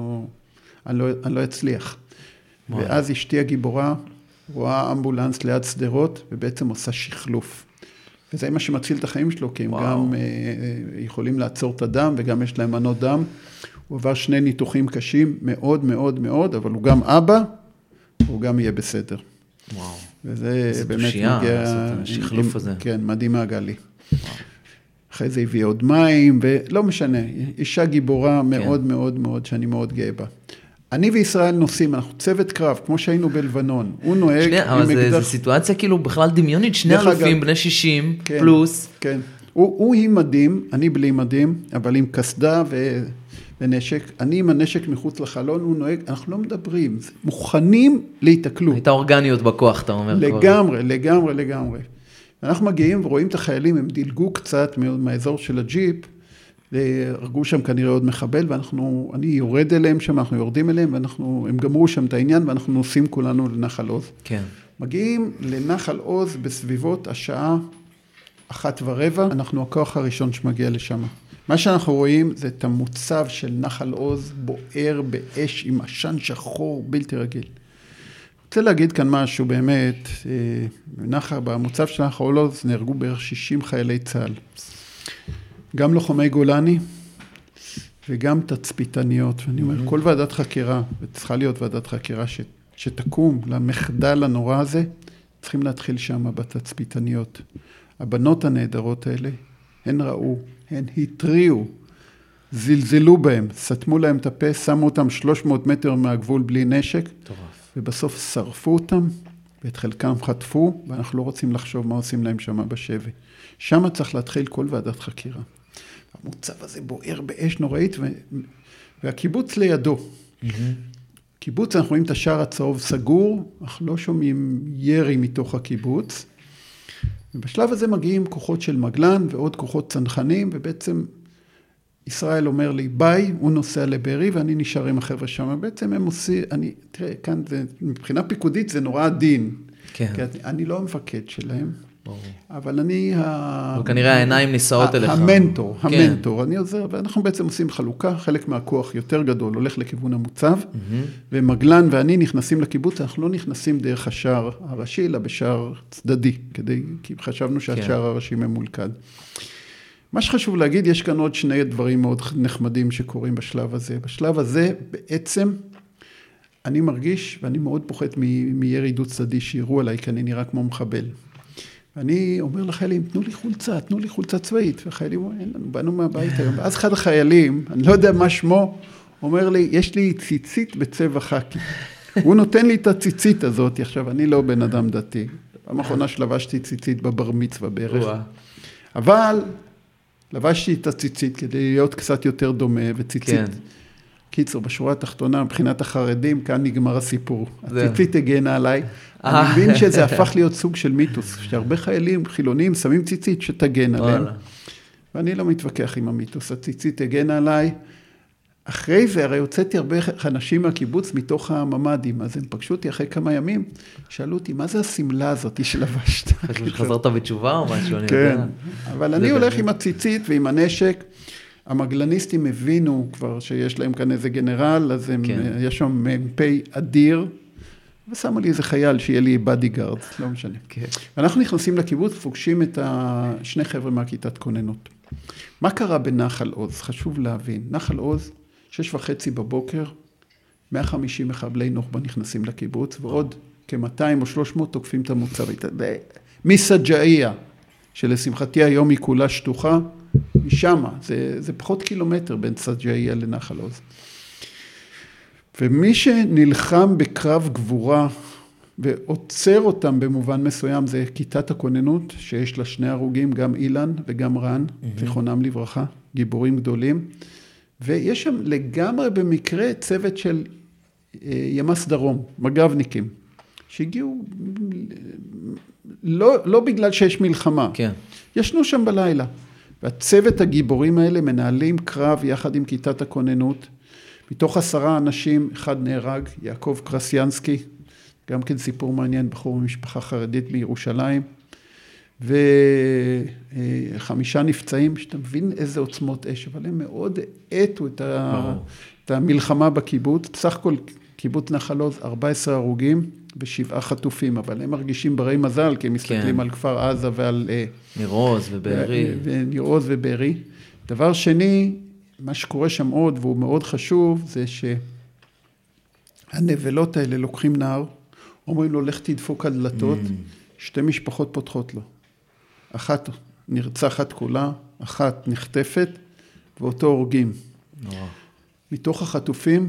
אני לא אצליח. ואז אשתי הגיבורה רואה אמבולנס ליד סדרות, ובעצם עושה שחלוף. וזה מה שמציל את החיים שלו, כי הם גם יכולים לעצור את הדם, וגם יש להם מנות דם. הוא עבר 2 ניתוחים קשים, מאוד מאוד מאוד, אבל הוא גם אבא, הוא גם יהיה בסדר. וואו. וזה באמת מגיע... השחלוף הזה. כן, מדהימה גלי. אחרי זה הביא עוד מים, ולא משנה, אישה גיבורה מאוד מאוד מאוד, שאני מאוד גאה בה. אני וישראל נוסעים, אנחנו צוות קרב, כמו שהיינו בלבנון. הוא נוהג... אבל זו סיטואציה כאילו בכלל דמיונית, 2 אלופים, בני 60 פלוס. כן, הוא עם מדים, אני בלי מדים, אבל עם קסדה ונשק. אני עם הנשק מחוץ לחלון, הוא נוהג, אנחנו לא מדברים, מוכנים להתקלות. הייתה אורגניות בכוח, אתה אומר. לגמרי. אנחנו מגיעים ורואים את החיילים, הם דילגו קצת מהאזור של הג'יפ, הרגו שם כנראה עוד מחבל, אני יורד אליהם שם, אנחנו יורדים אליהם, הם גמרו שם את העניין, ואנחנו נוסעים כולנו לנחל עוז. כן. מגיעים לנחל עוז בסביבות השעה 1:15, אנחנו הכוח הראשון שמגיע לשם. מה שאנחנו רואים זה את המוצב של נחל עוז בוער באש עם עשן שחור בלתי רגיל. אני רוצה להגיד כאן משהו באמת, במוצב של נחל עוז נהרגו בערך 60 חיילי צה"ל. גם לוחמי גולני וגם תצפיתניות. ואני אומר, כל ועדת חקירה, וצריכה להיות ועדת חקירה שתקום למחדל הנורא הזה, צריכים להתחיל שם בתצפיתניות. הבנות הנהדרות האלה, הן ראו, הן התריעו, זלזלו בהם, סתמו להם את הפה, שמו אותם 300 מטר מהגבול בלי נשק, ובסוף שרפו אותם, ואת חלקם חטפו, ואנחנו לא רוצים לחשוב מה עושים להם שם בשבי. שם צריך להתחיל כל ועדת חקירה. המוצב הזה בוער באש נוראית, והקיבוץ לידו. קיבוץ, אנחנו רואים את השער הצהוב סגור, אנחנו לא שומעים ירי מתוך הקיבוץ, ובשלב הזה מגיעים כוחות של מגלן ועוד כוחות צנחנים, ובעצם ישראל אומר לי ביי, הוא נוסע לברי, ואני נשאר עם החבר'ה שם. בעצם הם עושים, תראה, כאן זה, מבחינה פיקודית זה נורא עדין. כן. כי אני לא המפקד שלהם, אבל אני וכנראה העיניים נישאות אליך. המנטור, אני עוזר, ואנחנו בעצם עושים חלוקה, חלק מהכוח יותר גדול הולך לכיוון המוצב, ומגלן ואני נכנסים לקיבוץ, אנחנו לא נכנסים דרך השער הראשי, אלא בשער צדדי, כי חשבנו שהשער הראשי ממולכד. מה שחשוב להגיד, יש כאן עוד 2 דברים מאוד נחמדים שקורים בשלב הזה. בשלב הזה בעצם אני מרגיש, ואני מאוד פוחד מירי דו צדדי שירו עליי, כי אני נראה כמו מחבל. ואני אומר לחיילים, תנו לי חולצה צבאית. והחיילים אומרים, אין לנו, באנו מהבית היום. ואז אחד החיילים, אני לא יודע מה שמו, אומר לי, יש לי ציצית בצבע חקי. הוא נותן לי את הציצית הזאת, עכשיו אני לא בן אדם דתי. פעם האחרונה שלבשתי ציצית בבר מצווה בערך. אבל לבשתי את הציצית כדי להיות קצת יותר דומה, וציצית. קיצור, בשורה התחתונה, מבחינת החרדים, כאן נגמר הסיפור. הציצית הגנה עליי. אני מבין שזה הפך להיות סוג של מיתוס, שהרבה חיילים חילונים שמים ציצית שתגן עליהם. ואני לא מתווכח עם המיתוס, הציצית הגנה עליי. אחרי זה, הרי הוצאתי הרבה אנשים מהקיבוץ מתוך הממדים, אז הם פגשו אותי אחרי כמה ימים, שאלו אותי, מה זה הסמלה הזאת שלבשת? חזרת בתשובה או משהו? כן, אבל אני הולך עם הציצית ועם הנשק, המגלניסטים הבינו כבר שיש להם כאן איזה גנרל, אז יש שם מ"פ אדיר, ושמו לי איזה חייל שיהיה לי בדיגארד, לא משנה. ואנחנו נכנסים לקיבוץ, פוגשים את 2 חבר'ה מהכיתת כוננות. מה קרה בנחל עוז? חשוב להבין. נחל עוז, 6:30 בבוקר, 150 מחבלי נוח'בה נכנסים לקיבוץ, ועוד כ-200 או 300 תוקפים את המוצרית. מסג'איה, שלשמחתי היום היא כולה שטוחה, משם, זה פחות קילומטר בין סג'איה לנחל עוז. ומי שנלחם בקרב גבורה, ועוצר אותם במובן מסוים, זה כיתת הכוננות, שיש לה 2 הרוגים, גם אילן וגם רן, זיכרונם לברכה, גיבורים גדולים, ויש שם לגמרי במקרה צוות של ימ"ס דרום, מג"בניקים, שהגיעו לא בגלל שיש מלחמה, כן. ישנו שם בלילה, והצוות הגיבורים האלה מנהלים קרב יחד עם כיתת הכוננות, מתוך 10 אנשים, 1 נהרג, יעקב קרסיאנסקי, גם כן סיפור מעניין, בחור ממשפחה חרדית בירושלים, ו5 נפצעים, שאתה מבין איזה עוצמות אש, אבל הם מאוד עטו את המלחמה בקיבוץ, בסך הכל קיבוץ נחל עוז, 14 הרוגים ו7 חטופים, אבל הם מרגישים ברי מזל, כי הם מסתכלים על כפר עזה ועל ניר עוז ובארי. ניר עוז ובארי. דבר שני, מה שקורה שם עוד, והוא מאוד חשוב, זה שהנבלות האלה לוקחים נער, אומרים לו, לך תדפוק על דלתות, 2 משפחות פותחות לו. 1 נרצחת כולה, 1 נחטפת, ואותו הורגים. נורא. מתוך החטופים,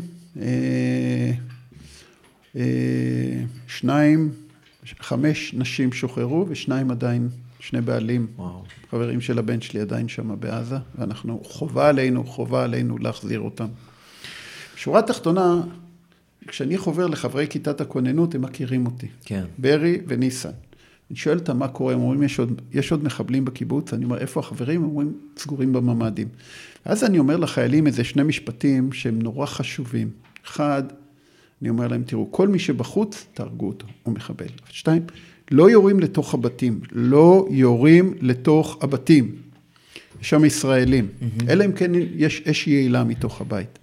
5 נשים שוחררו, ו2 עדיין, 2 בעלים, חברים של הבן שלי עדיין שם בעזה, ואנחנו חובה עלינו להחזיר אותם. בשורה התחתונה, כשאני חובר לחברי כיתת הכוננות, הם מכירים אותי. כן. ברי וניסן. אני שואל אותם מה קורה, הם אומרים, יש עוד מחבלים בקיבוץ, אני אומר, איפה החברים? הם אומרים, סגורים בממ"דים. אז אני אומר לחיילים איזה 2 משפטים שהם נורא חשובים. 1, אני אומר להם, תראו, כל מי שבחוץ, תהרגו אותו, הוא מחבל. 2, לא יורים לתוך הבתים, לא יורים לתוך הבתים. יש שם ישראלים. אלא אם כן יש אש יעילה מתוך הבית.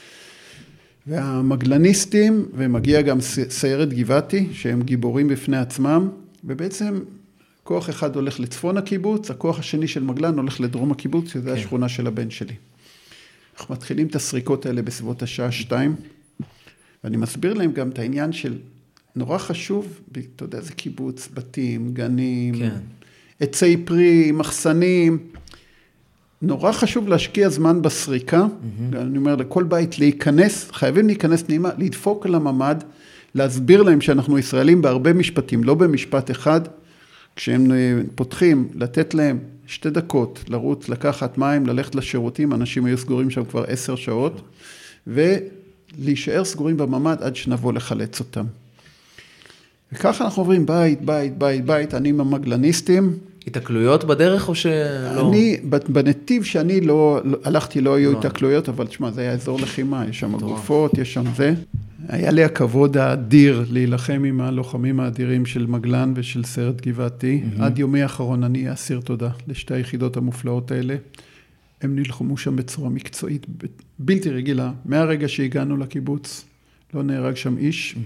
והמגלניסטים, ומגיע גם סיירת גבעתי, שהם גיבורים בפני עצמם, ובעצם כוח אחד הולך לצפון הקיבוץ, הכוח השני של מגלן הולך לדרום הקיבוץ, שזה השכונה של הבן שלי. אנחנו מתחילים את הסריקות האלה בסביבות השעה 2, ואני מסביר להם גם את העניין של נורא חשוב, אתה יודע, זה קיבוץ, בתים, גנים, עצי פרי, מחסנים, נורא חשוב להשקיע זמן בסריקה, אני אומר לכל בית להיכנס, חייבים להיכנס נעימה, לדפוק על הממד, להסביר להם שאנחנו ישראלים בהרבה משפטים, לא במשפט אחד, כשהם פותחים, לתת להם 2 דקות, לרוץ, לקחת מים, ללכת לשירותים, אנשים היו סגורים שם כבר 10 שעות, ולהישאר סגורים בממד עד שנבוא לחלץ אותם. וככה אנחנו עוברים בית, אני עם המגלניסטים, התקלויות בדרך או שלא? אני, בנתיב שאני לא הלכתי, לא היו התקלויות, אבל תשמע, זה היה אזור לחימה, יש שם גופות, יש שם זה. היה לי הכבוד האדיר להילחם עם הלוחמים האדירים של מגלן ושל סיירת גבעתי. עד יומי האחרון אני אסיר תודה ל2 היחידות המופלאות האלה. הם נלחמו שם בצורה מקצועית, בלתי רגילה. מהרגע שהגענו לקיבוץ, לא נהרג שם איש.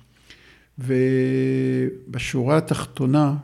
ובשורה התחתונה,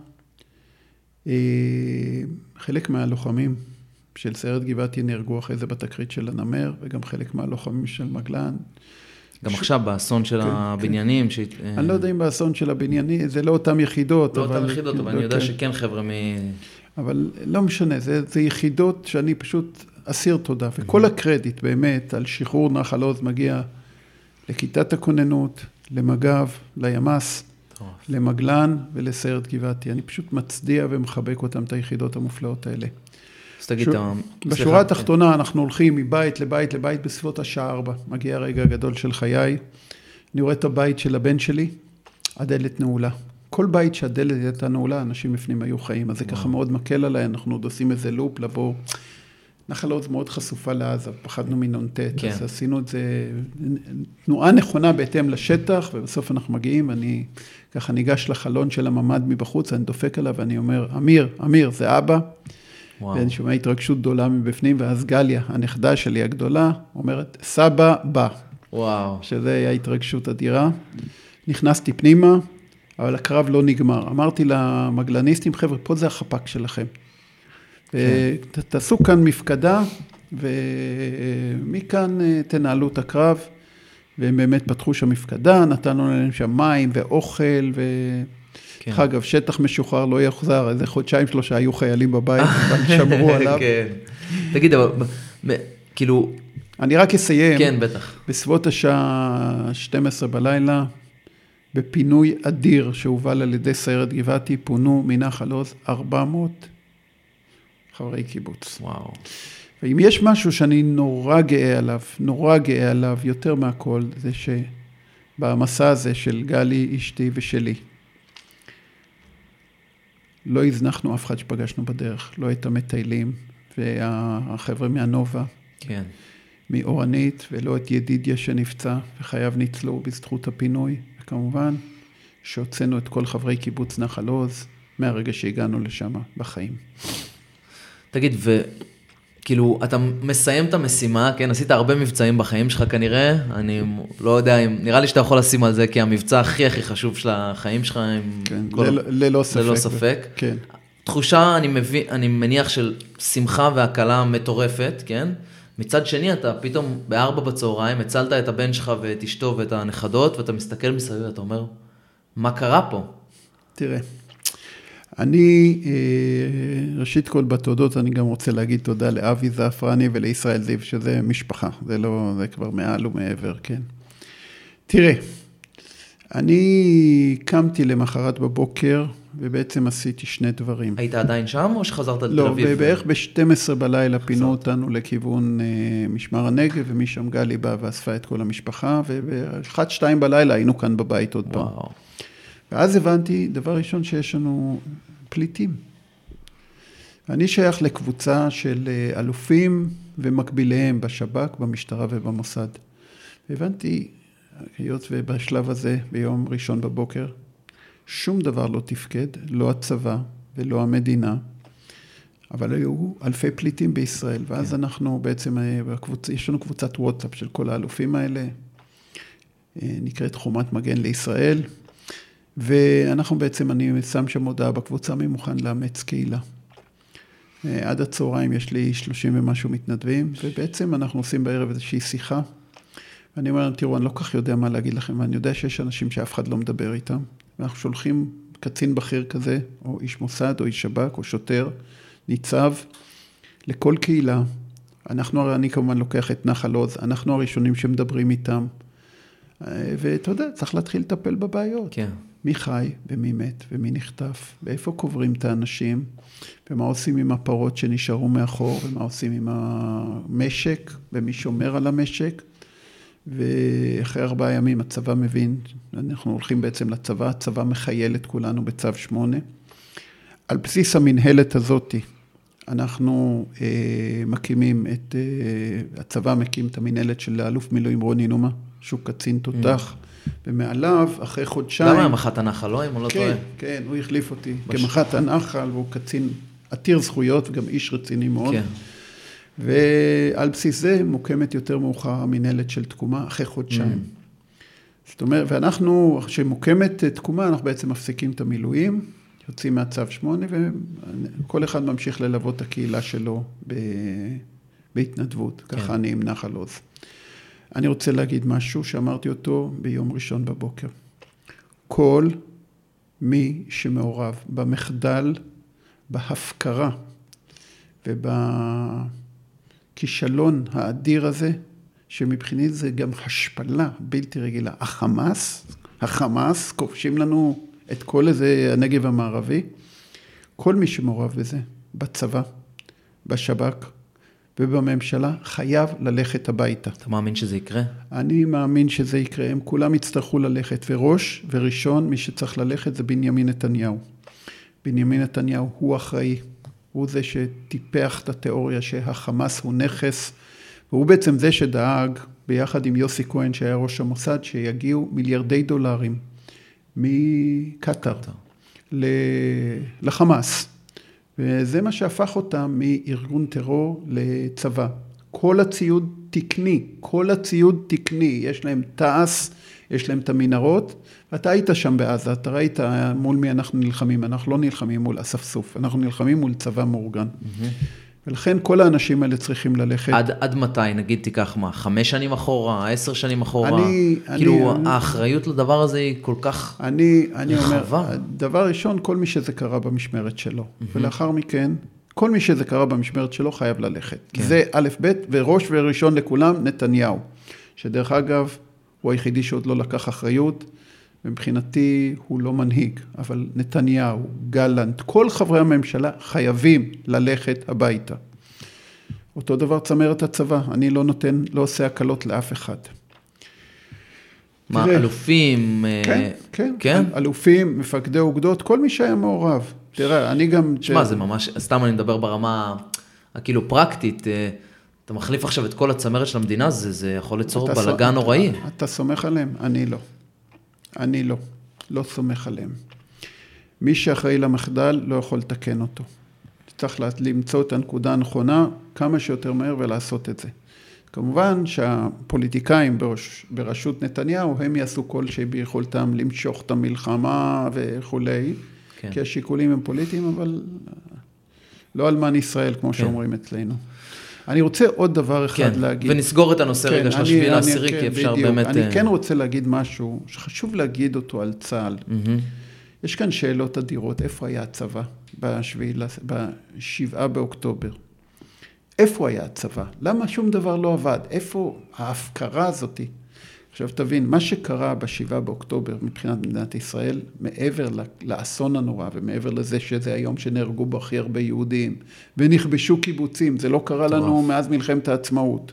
חלק מהלוחמים של סיירת גבעתי נהרגו אחרי זה בתקרית של הנמר, וגם חלק מהלוחמים של מגלן. גם עכשיו באסון של הבניינים. אני לא יודע אם באסון של הבניינים, זה לא אותם יחידות. לא אותם יחידות, אבל אני יודע שכן חבר'ה אבל לא משנה, זה יחידות שאני פשוט אסיר תודה, וכל הקרדיט באמת על שחרור נחל עוז מגיע לכיתת הכוננות, למג"ב, לימ"ס, למגלן ולסיירת גבעתי. אני פשוט מצדיע ומחבק אותם, את היחידות המופלאות האלה. אז תגיד, בשורה התחתונה אנחנו הולכים מבית לבית לבית בסביבות השעה 4. מגיע הרגע הגדול של חיי. אני רואה את הבית של הבן שלי, הדלת נעולה. כל בית שהדלת הייתה נעולה, אנשים בפנים היו חיים. אז זה ככה מאוד מקל עליי, אנחנו עוד עושים איזה לופ לבוא. נחל עוז מאוד חשופה לעזה, פחדנו מנ"ט, אז עשינו את זה, תנועה נכונה בהתאם לשטח, ובסוף אנחנו מגיעים, אני ככה ניגש לחלון של הממ"ד מבחוץ, אני דופק עליו ואני אומר, אמיר, זה אבא, ואני שומע התרגשות גדולה מבפנים, ואז גליה, הנכדה שלי הגדולה, אומרת, סבא בא. וואו. שזה היה התרגשות אדירה. נכנסתי פנימה, אבל הקרב לא נגמר. אמרתי למגלניסטים, חבר'ה, פה זה החפ"ק שלכם. תעשו כאן מפקדה, ומכאן תנהלו את הקרב, והם באמת פתחו שם מפקדה, נתנו להם שם מים ואוכל, דרך אגב, שטח משוחרר לא יחזר, איזה חודשיים-3 היו חיילים בבית, אבל שמרו עליו. כן. תגיד, אבל, כאילו... אני רק אסיים. כן, בטח. בסביבות השעה 12 בלילה, בפינוי אדיר שהובל על ידי סיירת גבעתי, פונו מנחל עוז 400 חברי קיבוץ. וואו. ואם יש משהו שאני נורא גאה עליו יותר מהכל, זה שבמסע הזה של גלי, אשתי ושלי, לא הזנחנו אף אחד שפגשנו בדרך, לא את המטיילים והחבר'ה מהנובה, כן. מאורנית, ולא את ידידיה שנפצע, וחייו ניצלו בזכות הפינוי, וכמובן שהוצאנו את כל חברי קיבוץ נחל עוז, מהרגע שהגענו לשם בחיים. תגיד, וכאילו, אתה מסיים את המשימה, כן, עשית הרבה מבצעים בחיים שלך כנראה, אני לא יודע אם, נראה לי שאתה יכול לשים על זה, כי המבצע הכי חשוב של החיים שלך, כן, ללא ספק. ללא ספק. כן. תחושה, אני מניח של שמחה והקלה מטורפת, כן? מצד שני, אתה פתאום ב4 בצהריים, הצלת את הבן שלך ואת אשתו ואת הנכדות, ואתה מסתכל מסביב ואתה אומר, מה קרה פה? תראה, אני, ראשית כל בתודות, אני גם רוצה להגיד תודה לאבי זעפרני ולישראל זיו, שזה משפחה, זה כבר מעל ומעבר, כן. תראה, אני קמתי למחרת בבוקר, ובעצם עשיתי 2 דברים. היית עדיין שם או שחזרת לתל לא, אביב? לא, בערך ב-12 בלילה פינו אותנו לכיוון משמר הנגב, ומשם גלי באה ואספה את כל המשפחה, וב-1-2 בלילה היינו כאן בבית עוד פעם. וואו. ואז הבנתי, דבר ראשון, שיש לנו פליטים. אני שייך לקבוצה של אלופים ומקביליהם בשב"כ, במשטרה ובמוסד. והבנתי, היות ובשלב הזה, ביום ראשון בבוקר, שום דבר לא תפקד, לא הצבא ולא המדינה, אבל היו אלפי פליטים בישראל, ואז אנחנו בעצם, יש לנו קבוצת וואטסאפ של כל האלופים האלה, נקראת חומת מגן לישראל, ואנחנו בעצם, אני שם שם הודעה בקבוצה, מי מוכן לאמץ קהילה. עד הצהריים יש לי 30 ומשהו מתנדבים, ובעצם אנחנו עושים בערב איזושהי שיחה, ואני אומר להם, תראו, אני לא כך יודע מה להגיד לכם, ואני יודע שיש אנשים שאף אחד לא מדבר איתם, ואנחנו שולחים קצין בכיר כזה, או איש מוסד, או איש שב"כ, או שוטר, ניצב, לכל קהילה. אני כמובן לוקח את נחל עוז, אנחנו הראשונים שמדברים איתם, ואתה יודע, צריך להתחיל לטפל בבעיות. כן. מי חי ומי מת ומי נחטף, ואיפה קוברים את האנשים, ומה עושים עם הפרות שנשארו מאחור, ומה עושים עם המשק, ומי שומר על המשק, ואחרי 4 ימים הצבא מבין, אנחנו הולכים בעצם לצבא, הצבא מחייל את כולנו בצו 8. על בסיס המנהלת הזאת, אנחנו מקימים הצבא מקים את המנהלת של האלוף מילואים רוני נומה, שהוא קצין תותח, ומעליו, אחרי חודשיים... למה היה מח"ט הנחל, לא? אם הוא לא טועה. כן, הוא החליף אותי כמח"ט הנחל, והוא קצין עתיר זכויות, וגם איש רציני מאוד. כן. ועל בסיס זה מוקמת יותר מאוחר המנהלת של תקומה, אחרי חודשיים. זאת אומרת, ואנחנו, כשמוקמת תקומה, אנחנו בעצם מפסיקים את המילואים, יוצאים מהצו 8, וכל אחד ממשיך ללוות את הקהילה שלו בהתנדבות. ככה אני עם נחל עוז. אני רוצה להגיד משהו שאמרתי אותו ביום ראשון בבוקר. כל מי שמעורב במחדל, בהפקרה ובכישלון האדיר הזה, שמבחינת זה גם השפלה בלתי רגילה. החמאס, כובשים לנו את כל איזה הנגב המערבי. כל מי שמעורב בזה, בצבא, בשב"כ, ובממשלה חייב ללכת הביתה. אתה מאמין שזה יקרה? אני מאמין שזה יקרה. הם כולם יצטרכו ללכת, וראש וראשון מי שצריך ללכת זה בנימין נתניהו. בנימין נתניהו הוא אחראי, הוא זה שטיפח את התיאוריה שהחמאס הוא נכס, והוא בעצם זה שדאג ביחד עם יוסי כהן שהיה ראש המוסד, שיגיעו מיליארדי דולרים מקטר לחמאס. וזה מה שהפך אותם מארגון טרור לצבא. כל הציוד תקני, יש להם תעש, יש להם את המנהרות, ואתה היית שם בעזה, אתה ראית מול מי אנחנו נלחמים, אנחנו לא נלחמים מול אספסוף, אנחנו נלחמים מול צבא מאורגן. ולכן כל האנשים האלה צריכים ללכת. עד מתי? נגיד תיקח מה? 5 שנים אחורה? 10 שנים אחורה? כאילו, האחריות לדבר הזה היא כל כך רחבה. אני אומר, דבר ראשון, כל מי שזה קרה במשמרת שלו. ולאחר מכן, כל מי שזה קרה במשמרת שלו חייב ללכת. זה א' ב' וראש וראשון לכולם, נתניהו. שדרך אגב, הוא היחידי שעוד לא לקח אחריות, ומבחינתי הוא לא מנהיג, אבל נתניהו, גלנט, כל חברי הממשלה חייבים ללכת הביתה. אותו דבר צמרת הצבא, אני לא עושה הקלות לאף אחד. מה, אלופים? כן, אלופים, מפקדי אוגדות, כל מי שהיה מעורב. תראה, אני גם... תשמע, זה ממש, סתם אני מדבר ברמה, כאילו פרקטית, אתה מחליף עכשיו את כל הצמרת של המדינה, זה יכול ליצור בלגן נוראי. אתה סומך עליהם? אני לא סומך עליהם. מי שאחראי למחדל לא יכול לתקן אותו. צריך למצוא את הנקודה הנכונה כמה שיותר מהר ולעשות את זה. כמובן שהפוליטיקאים בראשות נתניהו, הם יעשו כל שביכולתם למשוך את המלחמה וכו'. כן. כי השיקולים הם פוליטיים, אבל לא אלמן ישראל, כמו שאומרים אצלנו. אני רוצה עוד דבר אחד להגיד. ונסגור את הנושא רגע של השביעי לעשירי, כי אפשר באמת... אני כן רוצה להגיד משהו שחשוב להגיד אותו על צה"ל. יש כאן שאלות אדירות, איפה היה הצבא ב7 באוקטובר? איפה היה הצבא? למה שום דבר לא עבד? איפה ההפקרה הזאת? עכשיו תבין, מה שקרה ב7 באוקטובר מבחינת מדינת ישראל, מעבר לאסון הנורא, ומעבר לזה שזה היום שנהרגו בו הכי הרבה יהודים, ונכבשו קיבוצים, זה לא קרה לנו מאז מלחמת העצמאות.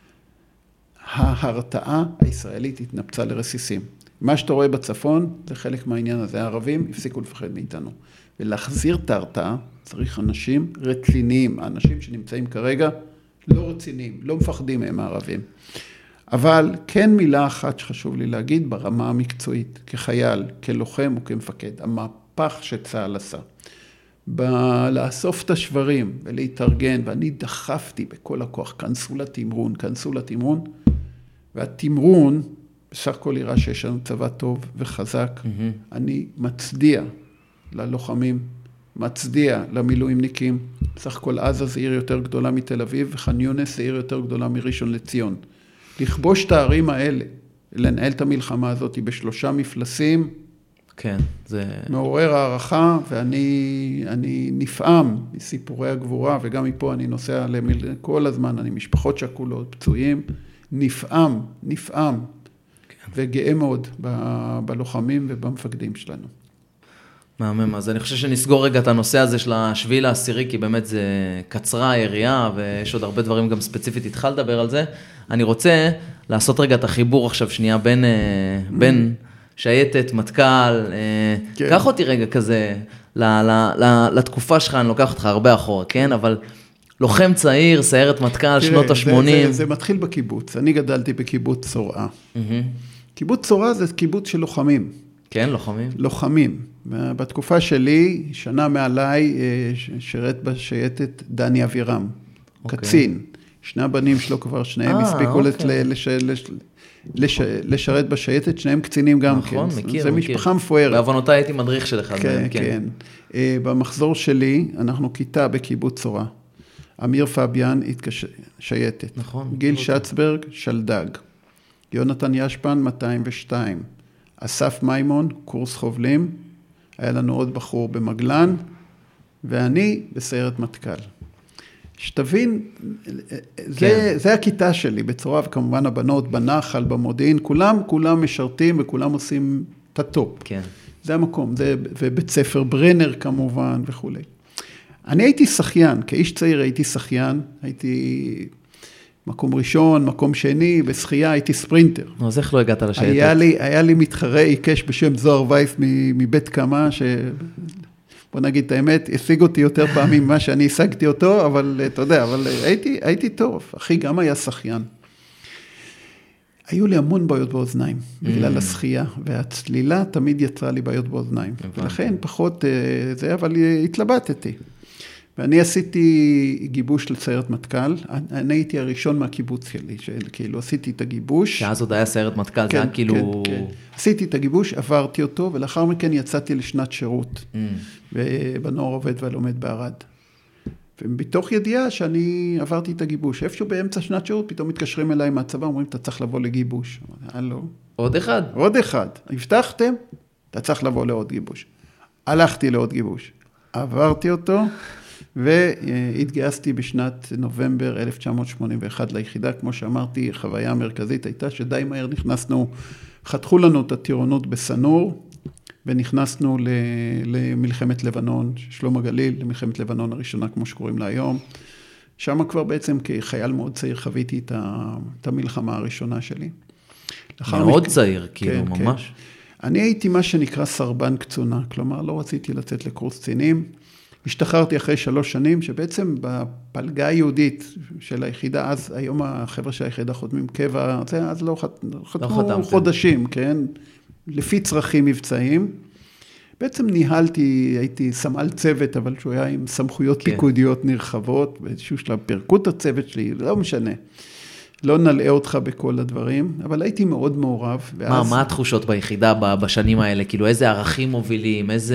ההרתעה הישראלית התנפצה לרסיסים. מה שאתה רואה בצפון, זה חלק מהעניין הזה. הערבים הפסיקו לפחד מאיתנו. ולהחזיר את ההרתעה, צריך אנשים רציניים. האנשים שנמצאים כרגע לא רציניים, לא מפחדים מהם הערבים. אבל כן מילה אחת שחשוב לי להגיד ברמה המקצועית, כחייל, כלוחם וכמפקד, המהפך שצה"ל עשה. לאסוף את השברים ולהתארגן, ואני דחפתי בכל הכוח, כנסו לתמרון, והתמרון, בסך הכל יראה שיש לנו צבא טוב וחזק, אני מצדיע ללוחמים, מצדיע למילואימניקים, בסך הכל עזה זה עיר יותר גדולה מתל אביב, וח'אן יונס זה עיר יותר גדולה מראשון לציון. לכבוש את הערים האלה, לנהל את המלחמה הזאת בשלושה מפלסים, כן, זה... מעורר הערכה, ואני נפעם מסיפורי הגבורה, וגם מפה אני נוסע כל הזמן, אני משפחות שכולות, פצועים, נפעם, כן. וגאה מאוד בלוחמים ובמפקדים שלנו. מהמם, אז אני חושב שנסגור רגע את הנושא הזה של השביעי לעשירי, כי באמת זה קצרה היריעה, ויש עוד הרבה דברים גם ספציפית איתך לדבר על זה. אני רוצה לעשות רגע את החיבור עכשיו שנייה בין שייטת, מטכ"ל, כן. קח אותי רגע כזה לתקופה שלך, אני לוקח אותך הרבה אחורה, כן? אבל לוחם צעיר, סיירת מטכ"ל, שנות ה-80. זה מתחיל בקיבוץ, אני גדלתי בקיבוץ צורעה. קיבוץ צורעה זה קיבוץ של לוחמים. כן, לוחמים? לוחמים. בתקופה שלי, שנה מעליי, שירת בשייטת דני אבירם, קצין. שני הבנים שלו כבר, שניהם הספיקו לשרת בשייטת, שניהם קצינים גם כן. נכון, מכיר. זה משפחה מפוארת. בעוונותיי הייתי מדריך שלך. כן. במחזור שלי, אנחנו כיתה בקיבוץ צורעה. אמיר פביאן שייטת. נכון. גיל שצברג, שלדג. יונתן ישפן, 202. אסף מימון, קורס חובלים. היה לנו עוד בחור במגלן, ואני בסיירת מטכ"ל. שתבין, זה הכיתה שלי בצורה, וכמובן הבנות בנחל, במודיעין, כולם משרתים וכולם עושים את הטופ. כן. זה המקום, ובית ספר ברנר כמובן וכו'. אני הייתי שחיין, כאיש צעיר הייתי שחיין, הייתי מקום ראשון, מקום שני, בשחייה הייתי ספרינטר. אז איך לא הגעת לשייטת? היה לי מתחרה עיקש בשם זוהר וייס מבית קמה, בוא נגיד את האמת, השיג אותי יותר פעמים ממה שאני השגתי אותו, אבל אתה יודע, הייתי טוב. אחי גם היה שחיין. היו לי המון בעיות באוזניים, בגלל השחייה, והצלילה תמיד יצרה לי בעיות באוזניים. ולכן פחות זה, אבל התלבטתי. ואני עשיתי גיבוש לסיירת מטכ"ל, אני הייתי הראשון מהקיבוץ שלי, כאילו עשיתי את הגיבוש. שאז עוד היה סיירת מטכ"ל, זה היה כאילו... כן. עשיתי את הגיבוש, עברתי אותו, ולאחר מכן יצאתי לשנת שירות, בנוער עובד והלומד בערד. ובתוך ידיעה שאני עברתי את הגיבוש. איפשהו באמצע שנת שירות, פתאום מתקשרים אליי מהצבא, אומרים, אתה צריך לבוא לגיבוש. הלו. עוד אחד? עוד אחד. הבטחתם, אתה צריך לבוא לעוד גיבוש. הלכתי לעוד גיבוש. עברתי אותו, והתגייסתי בשנת נובמבר 1981 ליחידה. כמו שאמרתי, החוויה המרכזית הייתה שדי מהר נכנסנו, חתכו לנו את הטירונות בסנור, ונכנסנו למלחמת לבנון, שלום הגליל, למלחמת לבנון הראשונה, כמו שקוראים לה היום. שם כבר בעצם כחייל מאוד צעיר חוויתי את המלחמה הראשונה שלי. מאוד צעיר, כאילו, ממש. אני הייתי מה שנקרא סרבן קצונה, כלומר, לא רציתי לצאת לקורס קצינים. השתחררתי אחרי 3 שנים, שבעצם בפלגה היהודית של היחידה, אז היום החבר'ה של היחידה חותמים קבע, אז לא חתמו חודשים, כן? לפי צרכים מבצעיים. בעצם ניהלתי, הייתי סמל צוות, אבל שהוא היה עם סמכויות פיקודיות נרחבות, באיזשהו שלב פירקו את הצוות שלי, לא משנה. לא נלאה אותך בכל הדברים, אבל הייתי מאוד מעורב. מה התחושות ביחידה בשנים האלה? כאילו, איזה ערכים מובילים, איזה...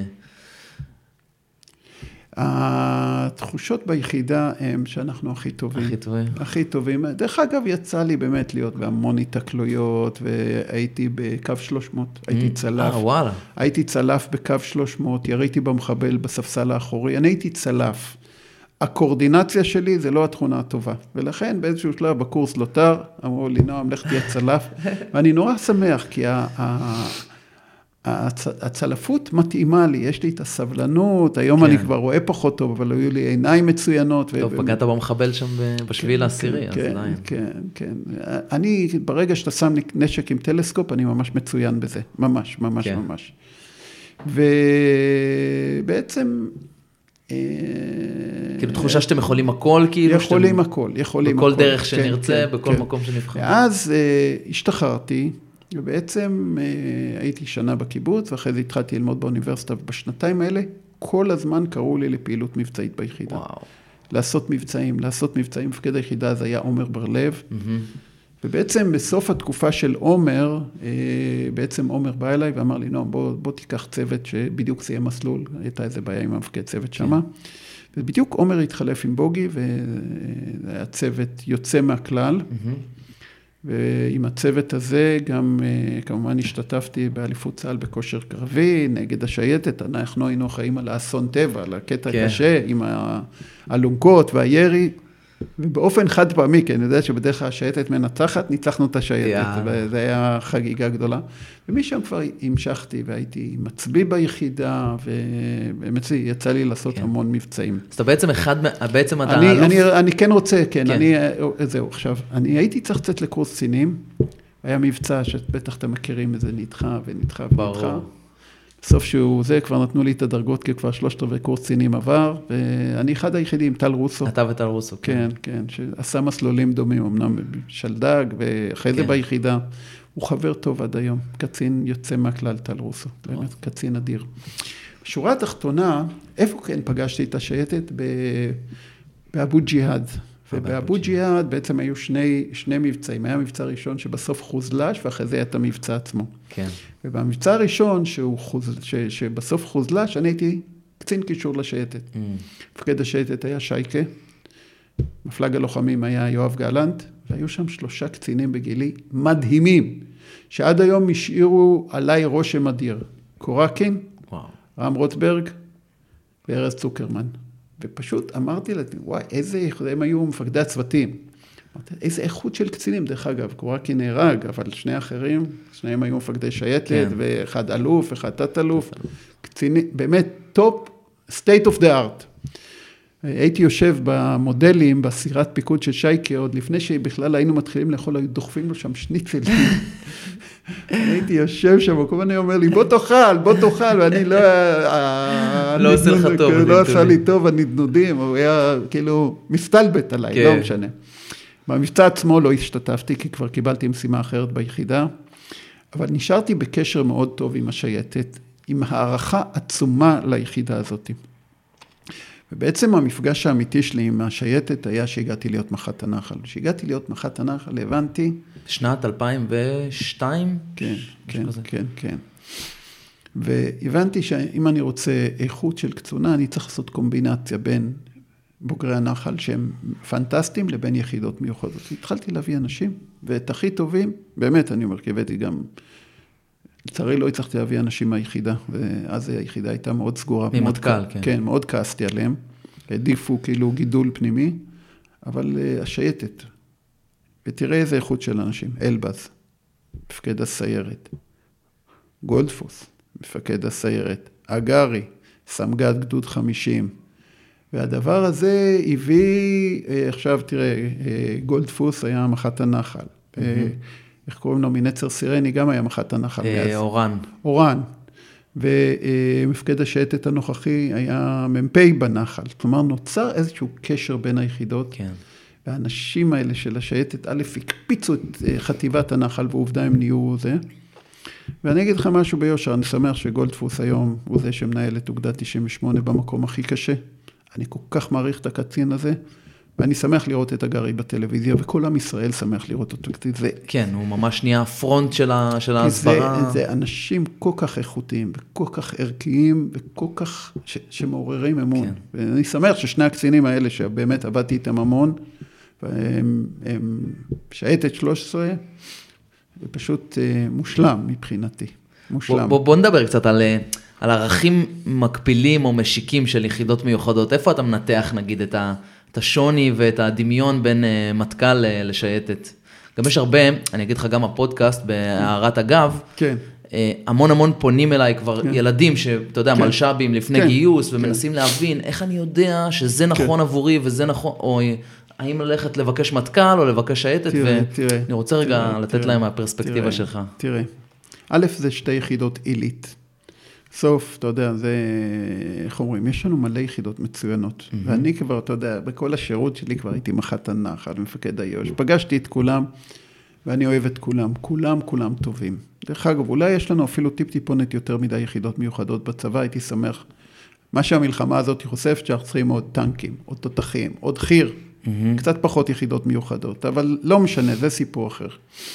התחושות ביחידה הם שאנחנו הכי טובים. הכי טובים. הכי טובים. דרך אגב, יצא לי באמת להיות בהמון התקלויות, והייתי בקו 300, הייתי צלף. וואלה. הייתי צלף בקו 300, יריתי במחבל בספסל האחורי, אני הייתי צלף. הקורדינציה שלי זה לא התכונה הטובה, ולכן באיזשהו שלב בקורס לוטר, אמרו לי, נועם, לך תהיה צלף, ואני נורא שמח, כי הצלפות מתאימה לי, יש לי את הסבלנות, היום אני כבר רואה פחות טוב, אבל היו לי עיניים מצוינות. טוב, פגעת במחבל שם בשביל העשירי, אז עדיין. כן, כן. אני, ברגע שאתה שם נשק עם טלסקופ, אני ממש מצוין בזה, ממש, ממש, ממש. ובעצם... כאילו תחושה שאתם יכולים הכל, כאילו? יכולים הכל, יכולים הכל. בכל דרך שנרצה, בכל מקום שנבחר. ואז השתחררתי, ובעצם הייתי שנה בקיבוץ, ואחרי זה התחלתי ללמוד באוניברסיטה, ובשנתיים האלה כל הזמן קראו לי לפעילות מבצעית ביחידה. וואו. לעשות מבצעים, מפקד היחידה אז היה עומר בר-לב, ובעצם בסוף התקופה של עומר, בעצם עומר בא אליי ואמר לי, נועם, בוא תיקח צוות שבדיוק זה יהיה מסלול, הייתה איזה בעיה עם המפקד צוות שמה, ובדיוק עומר התחלף עם בוגי, והיה צוות יוצא מהכלל, ועם הצוות הזה גם כמובן השתתפתי באליפות צה"ל בכושר קרבי, נגד השייטת, אנחנו היינו חיים על האסון טבע, על הקטע הקשה, עם האלונקות והירי, ובאופן חד פעמי, כי אני יודע שבדרך כלל השייטת מנצחת, ניצחנו את השייטת, וזה היה חגיגה גדולה. ומשם כבר המשכתי, והייתי מצביא ביחידה, ובאמת יצא לי לעשות המון מבצעים. אז אתה בעצם אתה אלוף? אני כן רוצה, כן, זהו, עכשיו, אני הייתי צריך לצאת לקורס קצינים, היה מבצע שבטח אתם מכירים איזה נדחה ונדחה ונדחה. בסוף שהוא זה, כבר נתנו לי את הדרגות, כי כבר 3/4 קורס קצינים עבר, ואני אחד היחידים, טל רוסו. אתה וטל רוסו. כן, כן, שעשה מסלולים דומים, אמנם בשלדג, ואחרי זה ביחידה, הוא חבר טוב עד היום, קצין יוצא מהכלל, טל רוסו, באמת קצין אדיר. בשורה התחתונה, איפה כן פגשתי את השייטת? באבו ג'יהאד. ובאבו ג'יהאד בעצם היו שני מבצעים. היה מבצע ראשון שבסוף חוזלש, ואחרי זה היה את המבצע עצמו. כן. ובמבצע הראשון שבסוף חוזלש, אני הייתי קצין קישור לשייטת. מפקד השייטת היה שייקה, מפלג הלוחמים היה יואב גלנט, והיו שם 3 קצינים בגילי מדהימים, שעד היום השאירו עליי רושם אדיר. קורקין, רם רוטברג וארז צוקרמן. ופשוט אמרתי להם, וואי, איזה איכות, הם היו מפקדי הצוותים. אמרתי, איזה איכות של קצינים, דרך אגב, קורקין נהרג, אבל 2 אחרים, 2 היו מפקדי שייטת, ואחד אלוף, אחד תת-אלוף, קצינים, באמת, טופ, state of the art. הייתי יושב במודלים, בסירת פיקוד של שייקה, עוד לפני שבכלל היינו מתחילים לאכול, היו דוחפים לו שם שניצלים. הייתי יושב שם, כל מיני אומר לי, בוא תאכל, ואני לא עושה לך טוב. לא עשה לי טוב, הנדנודים, הוא היה כאילו מסתלבט עליי, לא משנה. במבצע עצמו לא השתתפתי, כי כבר קיבלתי משימה אחרת ביחידה, אבל נשארתי בקשר מאוד טוב עם השייטת, עם הערכה עצומה ליחידה הזאת. ובעצם המפגש האמיתי שלי עם השייטת היה שהגעתי להיות מח"ט הנחל. כשהגעתי להיות מח"ט הנחל, הבנתי... שנת 2002? כן, כן, כן, כן. והבנתי שאם אני רוצה איכות של קצונה, אני צריך לעשות קומבינציה בין בוגרי הנחל שהם פנטסטיים לבין יחידות מיוחדות. התחלתי להביא אנשים, ואת הכי טובים, באמת אני אומר, כי הבאתי גם, לצערי לא הצלחתי להביא אנשים מהיחידה, ואז היחידה הייתה מאוד סגורה. ממטכ"ל, כן. כן, מאוד כעסתי עליהם, העדיפו כאילו גידול פנימי, אבל השייטת, ותראה איזה איכות של אנשים, אלבז, מפקד הסיירת, גולדפוס, מפקד הסיירת, אגרי, סמג"ד גדוד 50, והדבר הזה הביא, עכשיו תראה, גולדפוס היה מח"ט הנחל, איך קוראים לו, מנצר סירני, גם היה מח"ט הנחל. אורן. אורן, ומפקד השייטת הנוכחי היה מ"פ בנחל, כלומר נוצר איזשהו קשר בין היחידות, כן. והאנשים האלה של השייטת, א', הקפיצו את חטיבת הנחל, ועובדה הם נהיו זה, ואני אגיד לך משהו ביושר, אני שמח שגולדפוס היום הוא זה שמנהל את אוגדה 98 במקום הכי קשה. אני כל כך מעריך את הקצין הזה, ואני שמח לראות את הגרי בטלוויזיה, וכל עם ישראל שמח לראות אותו. זה, כן, הוא ממש נהיה הפרונט של ההסברה. זה אנשים כל כך איכותיים, וכל כך ערכיים, וכל כך שמעוררים אמון. כן. ואני שמח ששני הקצינים האלה, שבאמת עבדתי איתם המון, והם שייטת 13, זה פשוט מושלם מבחינתי. מושלם. בוא נדבר קצת על ערכים מקפילים או משיקים של יחידות מיוחדות. איפה אתה מנתח, נגיד, את השוני ואת הדמיון בין מטכ"ל לשייטת? גם יש הרבה, אני אגיד לך גם הפודקאסט בהערת אגב, כן. המון פונים אליי כבר ילדים שאתה יודע, מלש"בים לפני גיוס, ומנסים להבין איך אני יודע שזה נכון עבורי וזה נכון, או האם ללכת לבקש מטכ"ל או לבקש שייטת, ואני רוצה רגע לתת להם מהפרספקטיבה שלך. תראה, א', זה שתי יחידות עילית. סוף, אתה יודע, זה, איך אומרים, יש לנו מלא יחידות מצוינות, ואני כבר, אתה יודע, בכל השירות שלי כבר הייתי מח"ט הנחל, מפקד איו"ש, פגשתי את כולם, ואני אוהב את כולם, כולם טובים. דרך אגב, אולי יש לנו אפילו טיפונת יותר מדי יחידות מיוחדות בצבא, הייתי שמח. מה שהמלחמה הזאת חושפת, שאנחנו צריכים עוד טנקים, עוד תותחים, עוד חיר, קצת פחות יחידות מיוחדות, אבל לא משנה, זה סיפור אחר.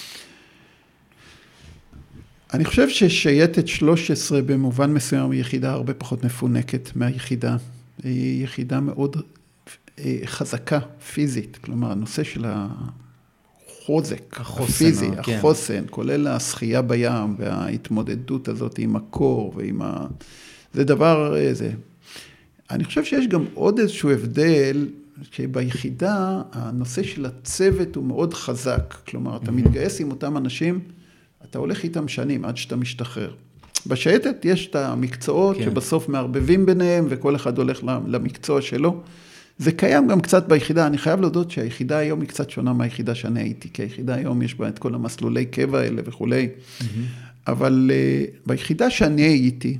אני חושב ששייטת 13 במובן מסוים היא יחידה הרבה פחות מפונקת מהיחידה. היא יחידה מאוד חזקה, פיזית. כלומר, הנושא של החוזק, הפיזי, החוסן, כולל השחייה בים וההתמודדות הזאת עם הקור ועם זה דבר, זה. אני חושב שיש גם עוד איזשהו הבדל, שביחידה הנושא של הצוות הוא מאוד חזק. כלומר, אתה מתגייס עם אותם אנשים, אתה הולך איתם שנים עד שאתה משתחרר. בשייטת יש את המקצועות שבסוף מערבבים ביניהם, וכל אחד הולך למקצוע שלו. זה קיים גם קצת ביחידה. אני חייב להודות שהיחידה היום היא קצת שונה מהיחידה שאני הייתי, כי היחידה היום יש בה את כל המסלולי קבע האלה וכולי. אבל ביחידה שאני הייתי,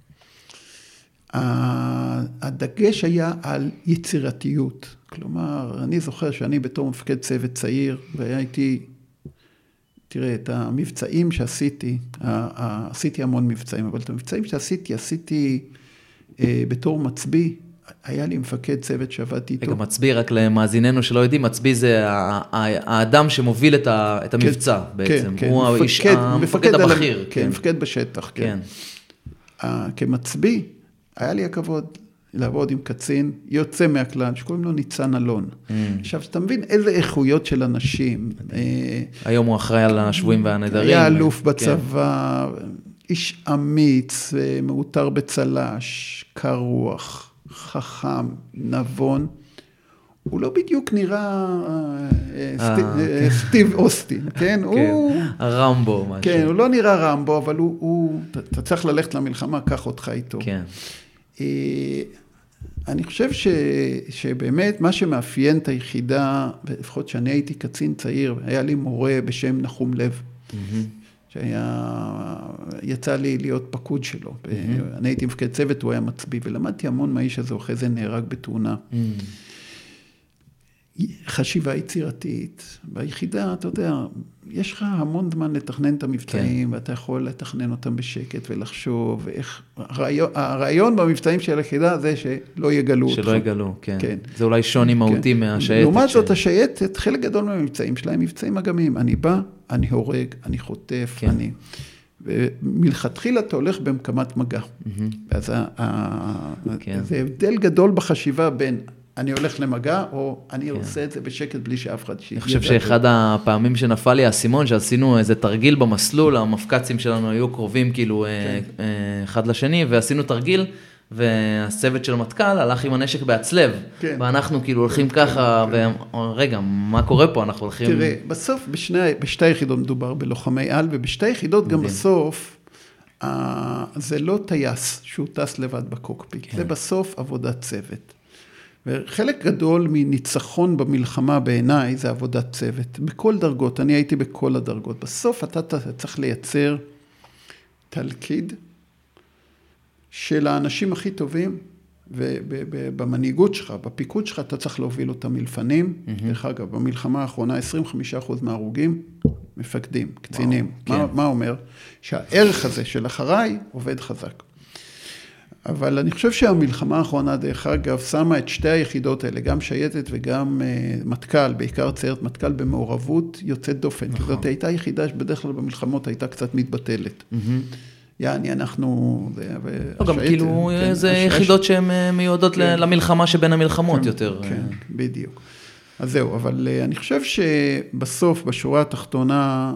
הדגש היה על יצירתיות. כלומר, אני זוכר שאני בתור מפקד צוות צעיר, והייתי, תראה, את המבצעים שעשיתי, עשיתי המון מבצעים, אבל את המבצעים שעשיתי בתור מצביא, היה לי מפקד צוות שעבדתי איתו. רגע, מצביא, רק למאזיננו שלא יודעים, מצביא זה האדם שמוביל את המבצע בעצם. כן, הוא המפקד הבכיר. כן, מפקד בשטח, כן. כמצביא, היה לי הכבוד לעבוד עם קצין יוצא מהכלל, שקוראים לו ניצן אלון. עכשיו, אתה מבין איזה איכויות של אנשים. היום הוא אחראי על השבויים והנדרים. היה אלוף בצבא, איש אמיץ, מאותר בצלש, קר רוח, חכם, נבון. הוא לא בדיוק נראה סטיב אוסטין, כן? הרמבו, משהו. כן, הוא לא נראה רמבו, אבל אתה צריך ללכת למלחמה, קח אותך איתו. כן. אני חושב שבאמת מה שמאפיין את היחידה, לפחות שאני הייתי קצין צעיר, היה לי מורה בשם נחום לב, יצא לי להיות פקוד שלו. אני הייתי מפקד צוות, הוא היה מצביא, ולמדתי המון מהאיש הזה, אחרי זה נהרג בתאונה. חשיבה יצירתית, ביחידה, אתה יודע, יש לך המון זמן לתכנן את המבצעים, ואתה יכול לתכנן אותם בשקט ולחשוב, ואיך, הרעיון במבצעים של היחידה זה שלא יגלו אותך. שלא יגלו, כן. זה אולי שוני מהותי מהשייטת. לעומת זאת, השייטת, חלק גדול מהמבצעים שלהם, מבצעים אגמיים. אני בא, אני הורג, אני חוטף, ומלכתחילה אתה הולך במקמת מגע. אז זה הבדל גדול בחשיבה בין אני הולך למגע, או אני עושה את זה בשקט בלי שאף אחד שיהיה. אני חושב שאחד הפעמים שנפל לי האסימון, שעשינו איזה תרגיל במסלול, המפקצים שלנו היו קרובים כאילו אחד לשני, ועשינו תרגיל, והצוות של המטכ"ל הלך עם הנשק בהצלב, ואנחנו כאילו הולכים ככה, ורגע, מה קורה פה? אנחנו הולכים... תראה, בסוף בשתי היחידות מדובר בלוחמי על, ובשתי היחידות גם בסוף, זה לא טייס שהוא טס לבד בקוקפיט, זה בסוף עבודת צוות. וחלק גדול מניצחון במלחמה בעיניי זה עבודת צוות. בכל דרגות, אני הייתי בכל הדרגות. בסוף אתה צריך לייצר תלכיד של האנשים הכי טובים, ובמנהיגות שלך, בפיקוד שלך, אתה צריך להוביל אותם מלפנים. דרך אגב, במלחמה האחרונה, 25% מההרוגים, מפקדים, קצינים. מה אומר? שהערך הזה של אחריי עובד חזק. אבל אני חושב שהמלחמה האחרונה, דרך אגב, שמה את שתי היחידות האלה, גם שייטת וגם מטכ"ל, בעיקר ציירת מטכ"ל במעורבות יוצאת דופן. זאת הייתה יחידה שבדרך כלל במלחמות הייתה קצת מתבטלת. יעני, אנחנו... גם כאילו, זה יחידות שהן מיועדות למלחמה שבין המלחמות יותר. כן, בדיוק. אז זהו, אבל אני חושב שבסוף, בשורה התחתונה,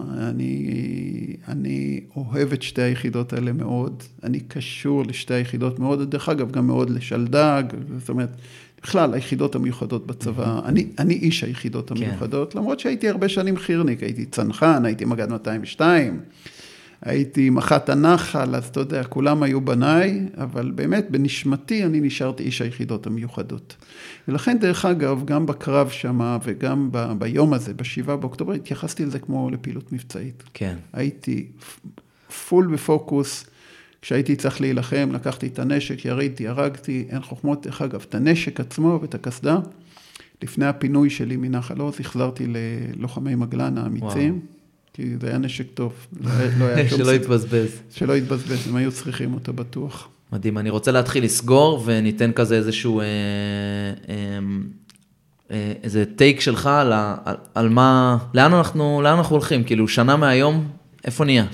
אני אוהב את שתי היחידות האלה מאוד, אני קשור לשתי היחידות מאוד, דרך אגב, גם מאוד לשלדג, זאת אומרת, בכלל, היחידות המיוחדות בצבא, אני איש היחידות המיוחדות, למרות שהייתי הרבה שנים חירניק, הייתי צנחן, הייתי מג"ד 202, הייתי מח"ט הנחל, אז אתה יודע, כולם היו בניי, אבל באמת בנשמתי אני נשארתי איש היחידות המיוחדות. ולכן דרך אגב, גם בקרב שמה וגם ביום הזה, ב7 באוקטובר, התייחסתי לזה כמו לפעילות מבצעית. כן. הייתי פול בפוקוס, כשהייתי צריך להילחם, לקחתי את הנשק, יריתי, הרגתי, אין חוכמות, דרך אגב, את הנשק עצמו ואת הקסדה, לפני הפינוי שלי מנחל עוז, החזרתי ללוחמי מגלן האמיצים, כי זה היה נשק טוב. שלא יתבזבז. שלא יתבזבז, הם היו צריכים אותו בטוח. מדהים, אני רוצה להתחיל לסגור, וניתן כזה איזשהו, איזה טייק שלך על מה, לאן אנחנו הולכים, כאילו שנה מהיום, איפה נהיה?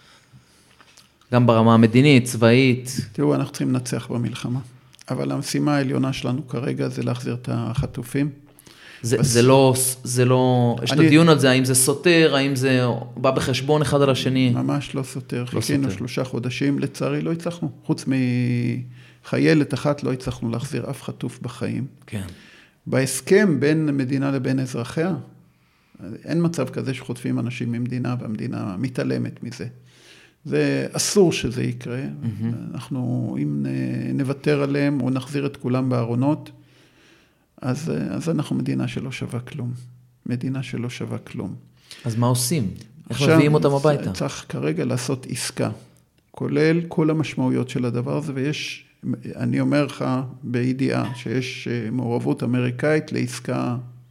גם ברמה המדינית, צבאית. תראו, אנחנו צריכים לנצח במלחמה, אבל המשימה העליונה שלנו כרגע זה להחזיר את החטופים. זה לא, יש את הדיון על זה, האם זה סותר, האם זה בא בחשבון אחד על השני? ממש לא סותר, חיכינו 3 חודשים, לצערי לא הצלחנו, חוץ מחיילת אחת לא הצלחנו להחזיר אף חטוף בחיים. כן. בהסכם בין מדינה לבין אזרחיה, אין מצב כזה שחוטפים אנשים ממדינה, והמדינה מתעלמת מזה. זה אסור שזה יקרה, אנחנו אם נוותר עליהם או נחזיר את כולם בארונות, אז אנחנו מדינה שלא שווה כלום. מדינה שלא שווה כלום. אז מה עושים? איך מביאים אותם הביתה? צריך כרגע לעשות עסקה, כולל כל המשמעויות של הדבר הזה, ויש, אני אומר לך בידיעה, שיש מעורבות אמריקאית לעסקה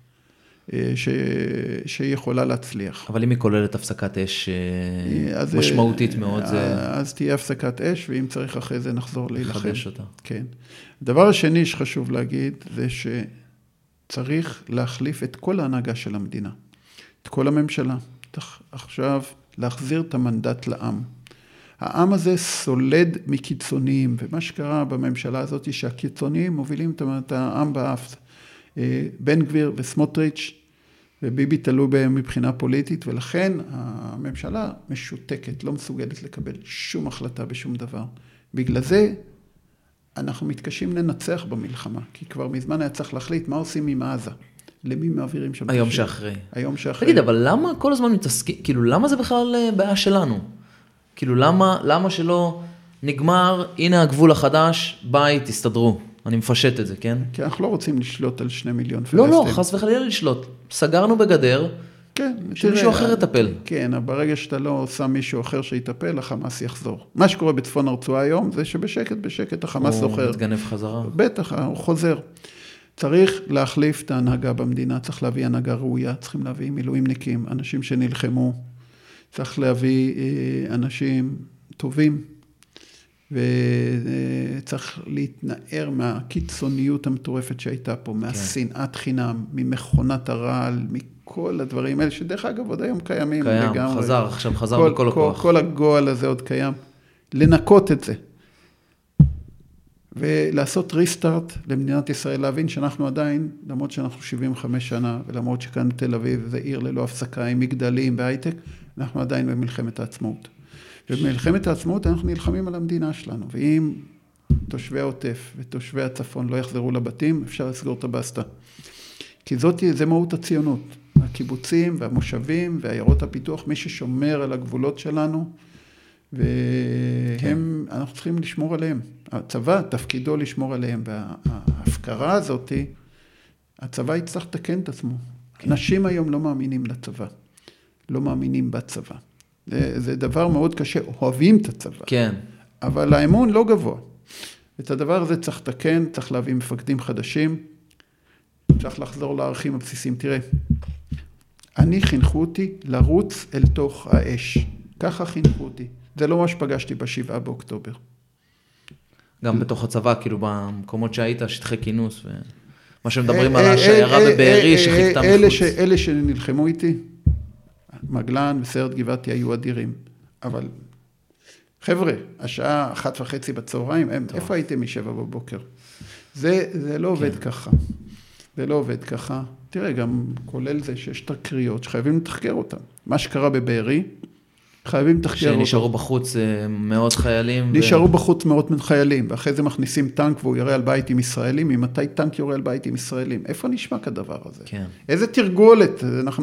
שיכולה להצליח. אבל אם היא כוללת הפסקת אש משמעותית מאוד, אז תהיה הפסקת אש, ואם צריך אחרי זה נחזור להילחם. לחדש אותה. כן. הדבר השני שחשוב להגיד, זה שצריך להחליף את כל ההנהגה של המדינה. את כל הממשלה. עכשיו להחזיר את המנדט לעם. העם הזה סולד מקיצוניים, ומה שקרה בממשלה הזאת, היא שהקיצוניים מובילים את העם באף. בן גביר וסמוטריץ' וביבי תלו בהם מבחינה פוליטית, ולכן הממשלה משותקת, לא מסוגלת לקבל שום החלטה בשום דבר. בגלל זה אנחנו מתקשים לנצח במלחמה, כי כבר מזמן היה צריך להחליט מה עושים עם עזה, למי מעבירים שם. היום שאחרי. היום שאחרי. תגיד, אבל למה כל הזמן מתעסקים, כאילו למה זה בכלל בעיה שלנו? כאילו למה שלא נגמר, הנה הגבול החדש, ביי, תסתדרו. אני מפשט את זה, כן? כי אנחנו לא רוצים לשלוט על 2 מיליון פלסטינים. לא, חס וחלילה לשלוט. סגרנו בגדר, כן, שמישהו אחר יטפל. כן, ברגע שאתה לא שם מישהו אחר שיטפל, החמאס יחזור. מה שקורה בצפון הרצועה היום, זה שבשקט החמאס זוכר. הוא מתגנב חזרה. בטח, הוא חוזר. צריך להחליף את ההנהגה במדינה, צריך להביא הנהגה ראויה, צריכים להביא מילואימניקים, אנשים שנלחמו, צריך להביא אנשים טובים, וצריך להתנער מהקיצוניות המטורפת שהייתה פה, מהשנאת חינם, ממכונת הרעל, מכל הדברים האלה, שדרך אגב עוד היום קיימים. קיים, חזר בכל הכוח. כל הגועל הזה עוד קיים. לנקות את זה. ולעשות ריסטארט למדינת ישראל, להבין שאנחנו עדיין, למרות שאנחנו 75 שנה, ולמרות שכאן תל אביב זה עיר ללא הפסקה, עם מגדלים והייטק, אנחנו עדיין במלחמת העצמאות. ובמלחמת העצמאות אנחנו נלחמים על המדינה שלנו, ואם תושבי העוטף ותושבי הצפון לא יחזרו לבתים, אפשר לסגור את הבסטה. כי זה מהות הציונות. הקיבוצים והמושבים ועיירות הפיתוח, מי ששומר על הגבולות שלנו, אנחנו צריכים לשמור עליהם. הצבא, תפקידו לשמור עליהם, וההפקרה הזאת, הצבא יצטרך לתקן את עצמו. אנשים היום לא מאמינים לצבא, לא מאמינים בצבא. זה דבר מאוד קשה, אוהבים את הצבא. כן. אבל האמון לא גבוה. את הדבר הזה צריך לתקן, צריך להביא מפקדים חדשים, צריך לחזור לערכים הבסיסיים. תראה, אני חינכו אותי לרוץ אל תוך האש. ככה חינכו אותי. זה לא מה שפגשתי ב7 באוקטובר. גם בתוך הצבא, כאילו במקומות שהיית, שטחי כינוס, ומה שמדברים על השיירה בבארי, שחיכתה מחוץ. אלה שנלחמו איתי, מגלן וסיירת גבעתי היו אדירים. אבל חבר'ה, השעה 1:30 בצהריים, איפה הייתם מ7 בבוקר? זה לא עובד ככה. זה לא עובד ככה. תראה, גם כולל זה שיש תקריות שחייבים לתחקר אותן. מה שקרה בבארי, חייבים לתחקר אותן. שנשארו בחוץ מאות חיילים. נשארו בחוץ מאות חיילים, ואחרי זה מכניסים טנק והוא יורה על בית עם ישראלים. ממתי טנק יורה על בית עם ישראלים? איפה נשמע כדבר הזה? כן. איזה תרגולת?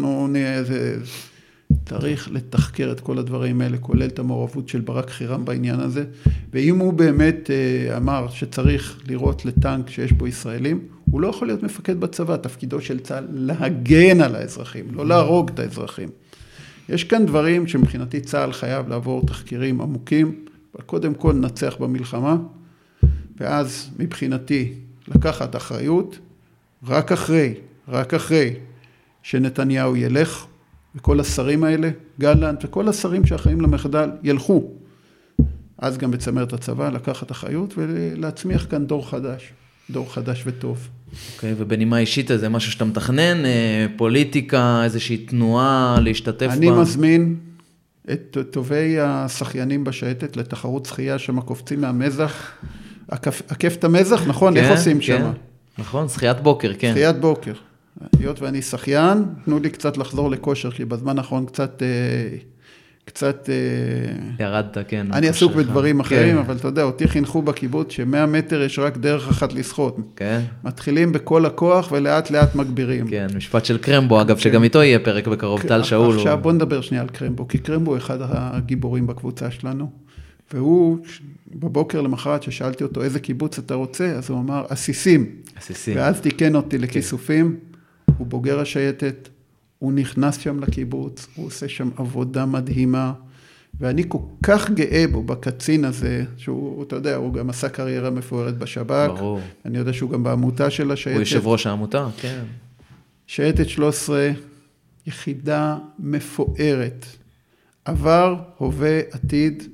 צריך לתחקר את כל הדברים האלה, כולל את המעורבות של ברק חירם בעניין הזה, ואם הוא באמת אמר שצריך לראות לטנק שיש בו ישראלים, הוא לא יכול להיות מפקד בצבא, תפקידו של צה"ל להגן על האזרחים, לא להרוג את האזרחים. יש כאן דברים שמבחינתי צה"ל חייב לעבור תחקירים עמוקים, אבל קודם כל נצח במלחמה, ואז מבחינתי לקחת אחריות, רק אחרי שנתניהו ילך, וכל השרים האלה, גלנט וכל השרים שאחראים למחדל ילכו. אז גם בצמרת הצבא לקחת אחריות ולהצמיח כאן דור חדש וטוב. אוקיי, ובנימה אישית זה משהו שאתה מתכנן, פוליטיקה, איזושהי תנועה, להשתתף בה? אני מזמין את טובי השחיינים בשייטת לתחרות שחייה שם קופצים מהמזח, עקף את המזח, נכון? איך עושים שם? נכון, שחיית בוקר, כן. שחיית בוקר. היות ואני שחיין, תנו לי קצת לחזור לכושר, כי בזמן האחרון קצת ירדת, כן. אני עסוק בדברים אחרים, אבל אתה יודע, אותי חינכו בקיבוץ ש100 מטר יש רק דרך אחת לשחות. כן. מתחילים בכל הכוח ולאט לאט מגבירים. כן, משפט של קרמבו, אגב, שגם איתו יהיה פרק בקרוב, טל שאול. עכשיו בוא נדבר שנייה על קרמבו, כי קרמבו הוא אחד הגיבורים בקבוצה שלנו, והוא בבוקר למחרת ששאלתי אותו איזה קיבוץ אתה רוצה, אז הוא אמר, עסיסים. ואז תיקן אותי לכיסופים. הוא בוגר השייטת, הוא נכנס שם לקיבוץ, הוא עושה שם עבודה מדהימה, ואני כל כך גאה בו בקצין הזה, שהוא, אתה יודע, הוא גם עשה קריירה מפוארת בשב"כ, ברור. אני יודע שהוא גם בעמותה של השייטת. הוא יושב ראש העמותה, כן. שייטת 13, יחידה מפוארת, עבר, הווה, עתיד,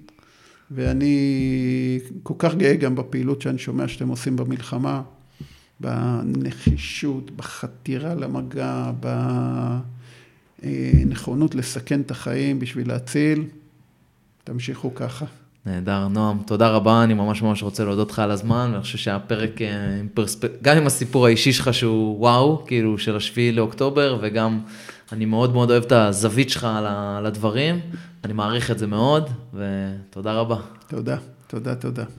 ואני כל כך גאה גם בפעילות שאני שומע שאתם עושים במלחמה, בנחישות, בחתירה למגע, בנכונות לסכן את החיים בשביל להציל. תמשיכו ככה. נהדר, נועם, תודה רבה, אני ממש רוצה להודות לך על הזמן, ואני חושב שהפרק, גם עם הסיפור האישי שלך שהוא וואו, כאילו של 7 לאוקטובר, וגם אני מאוד אוהב את הזווית שלך על הדברים, אני מעריך את זה מאוד, ותודה רבה. תודה.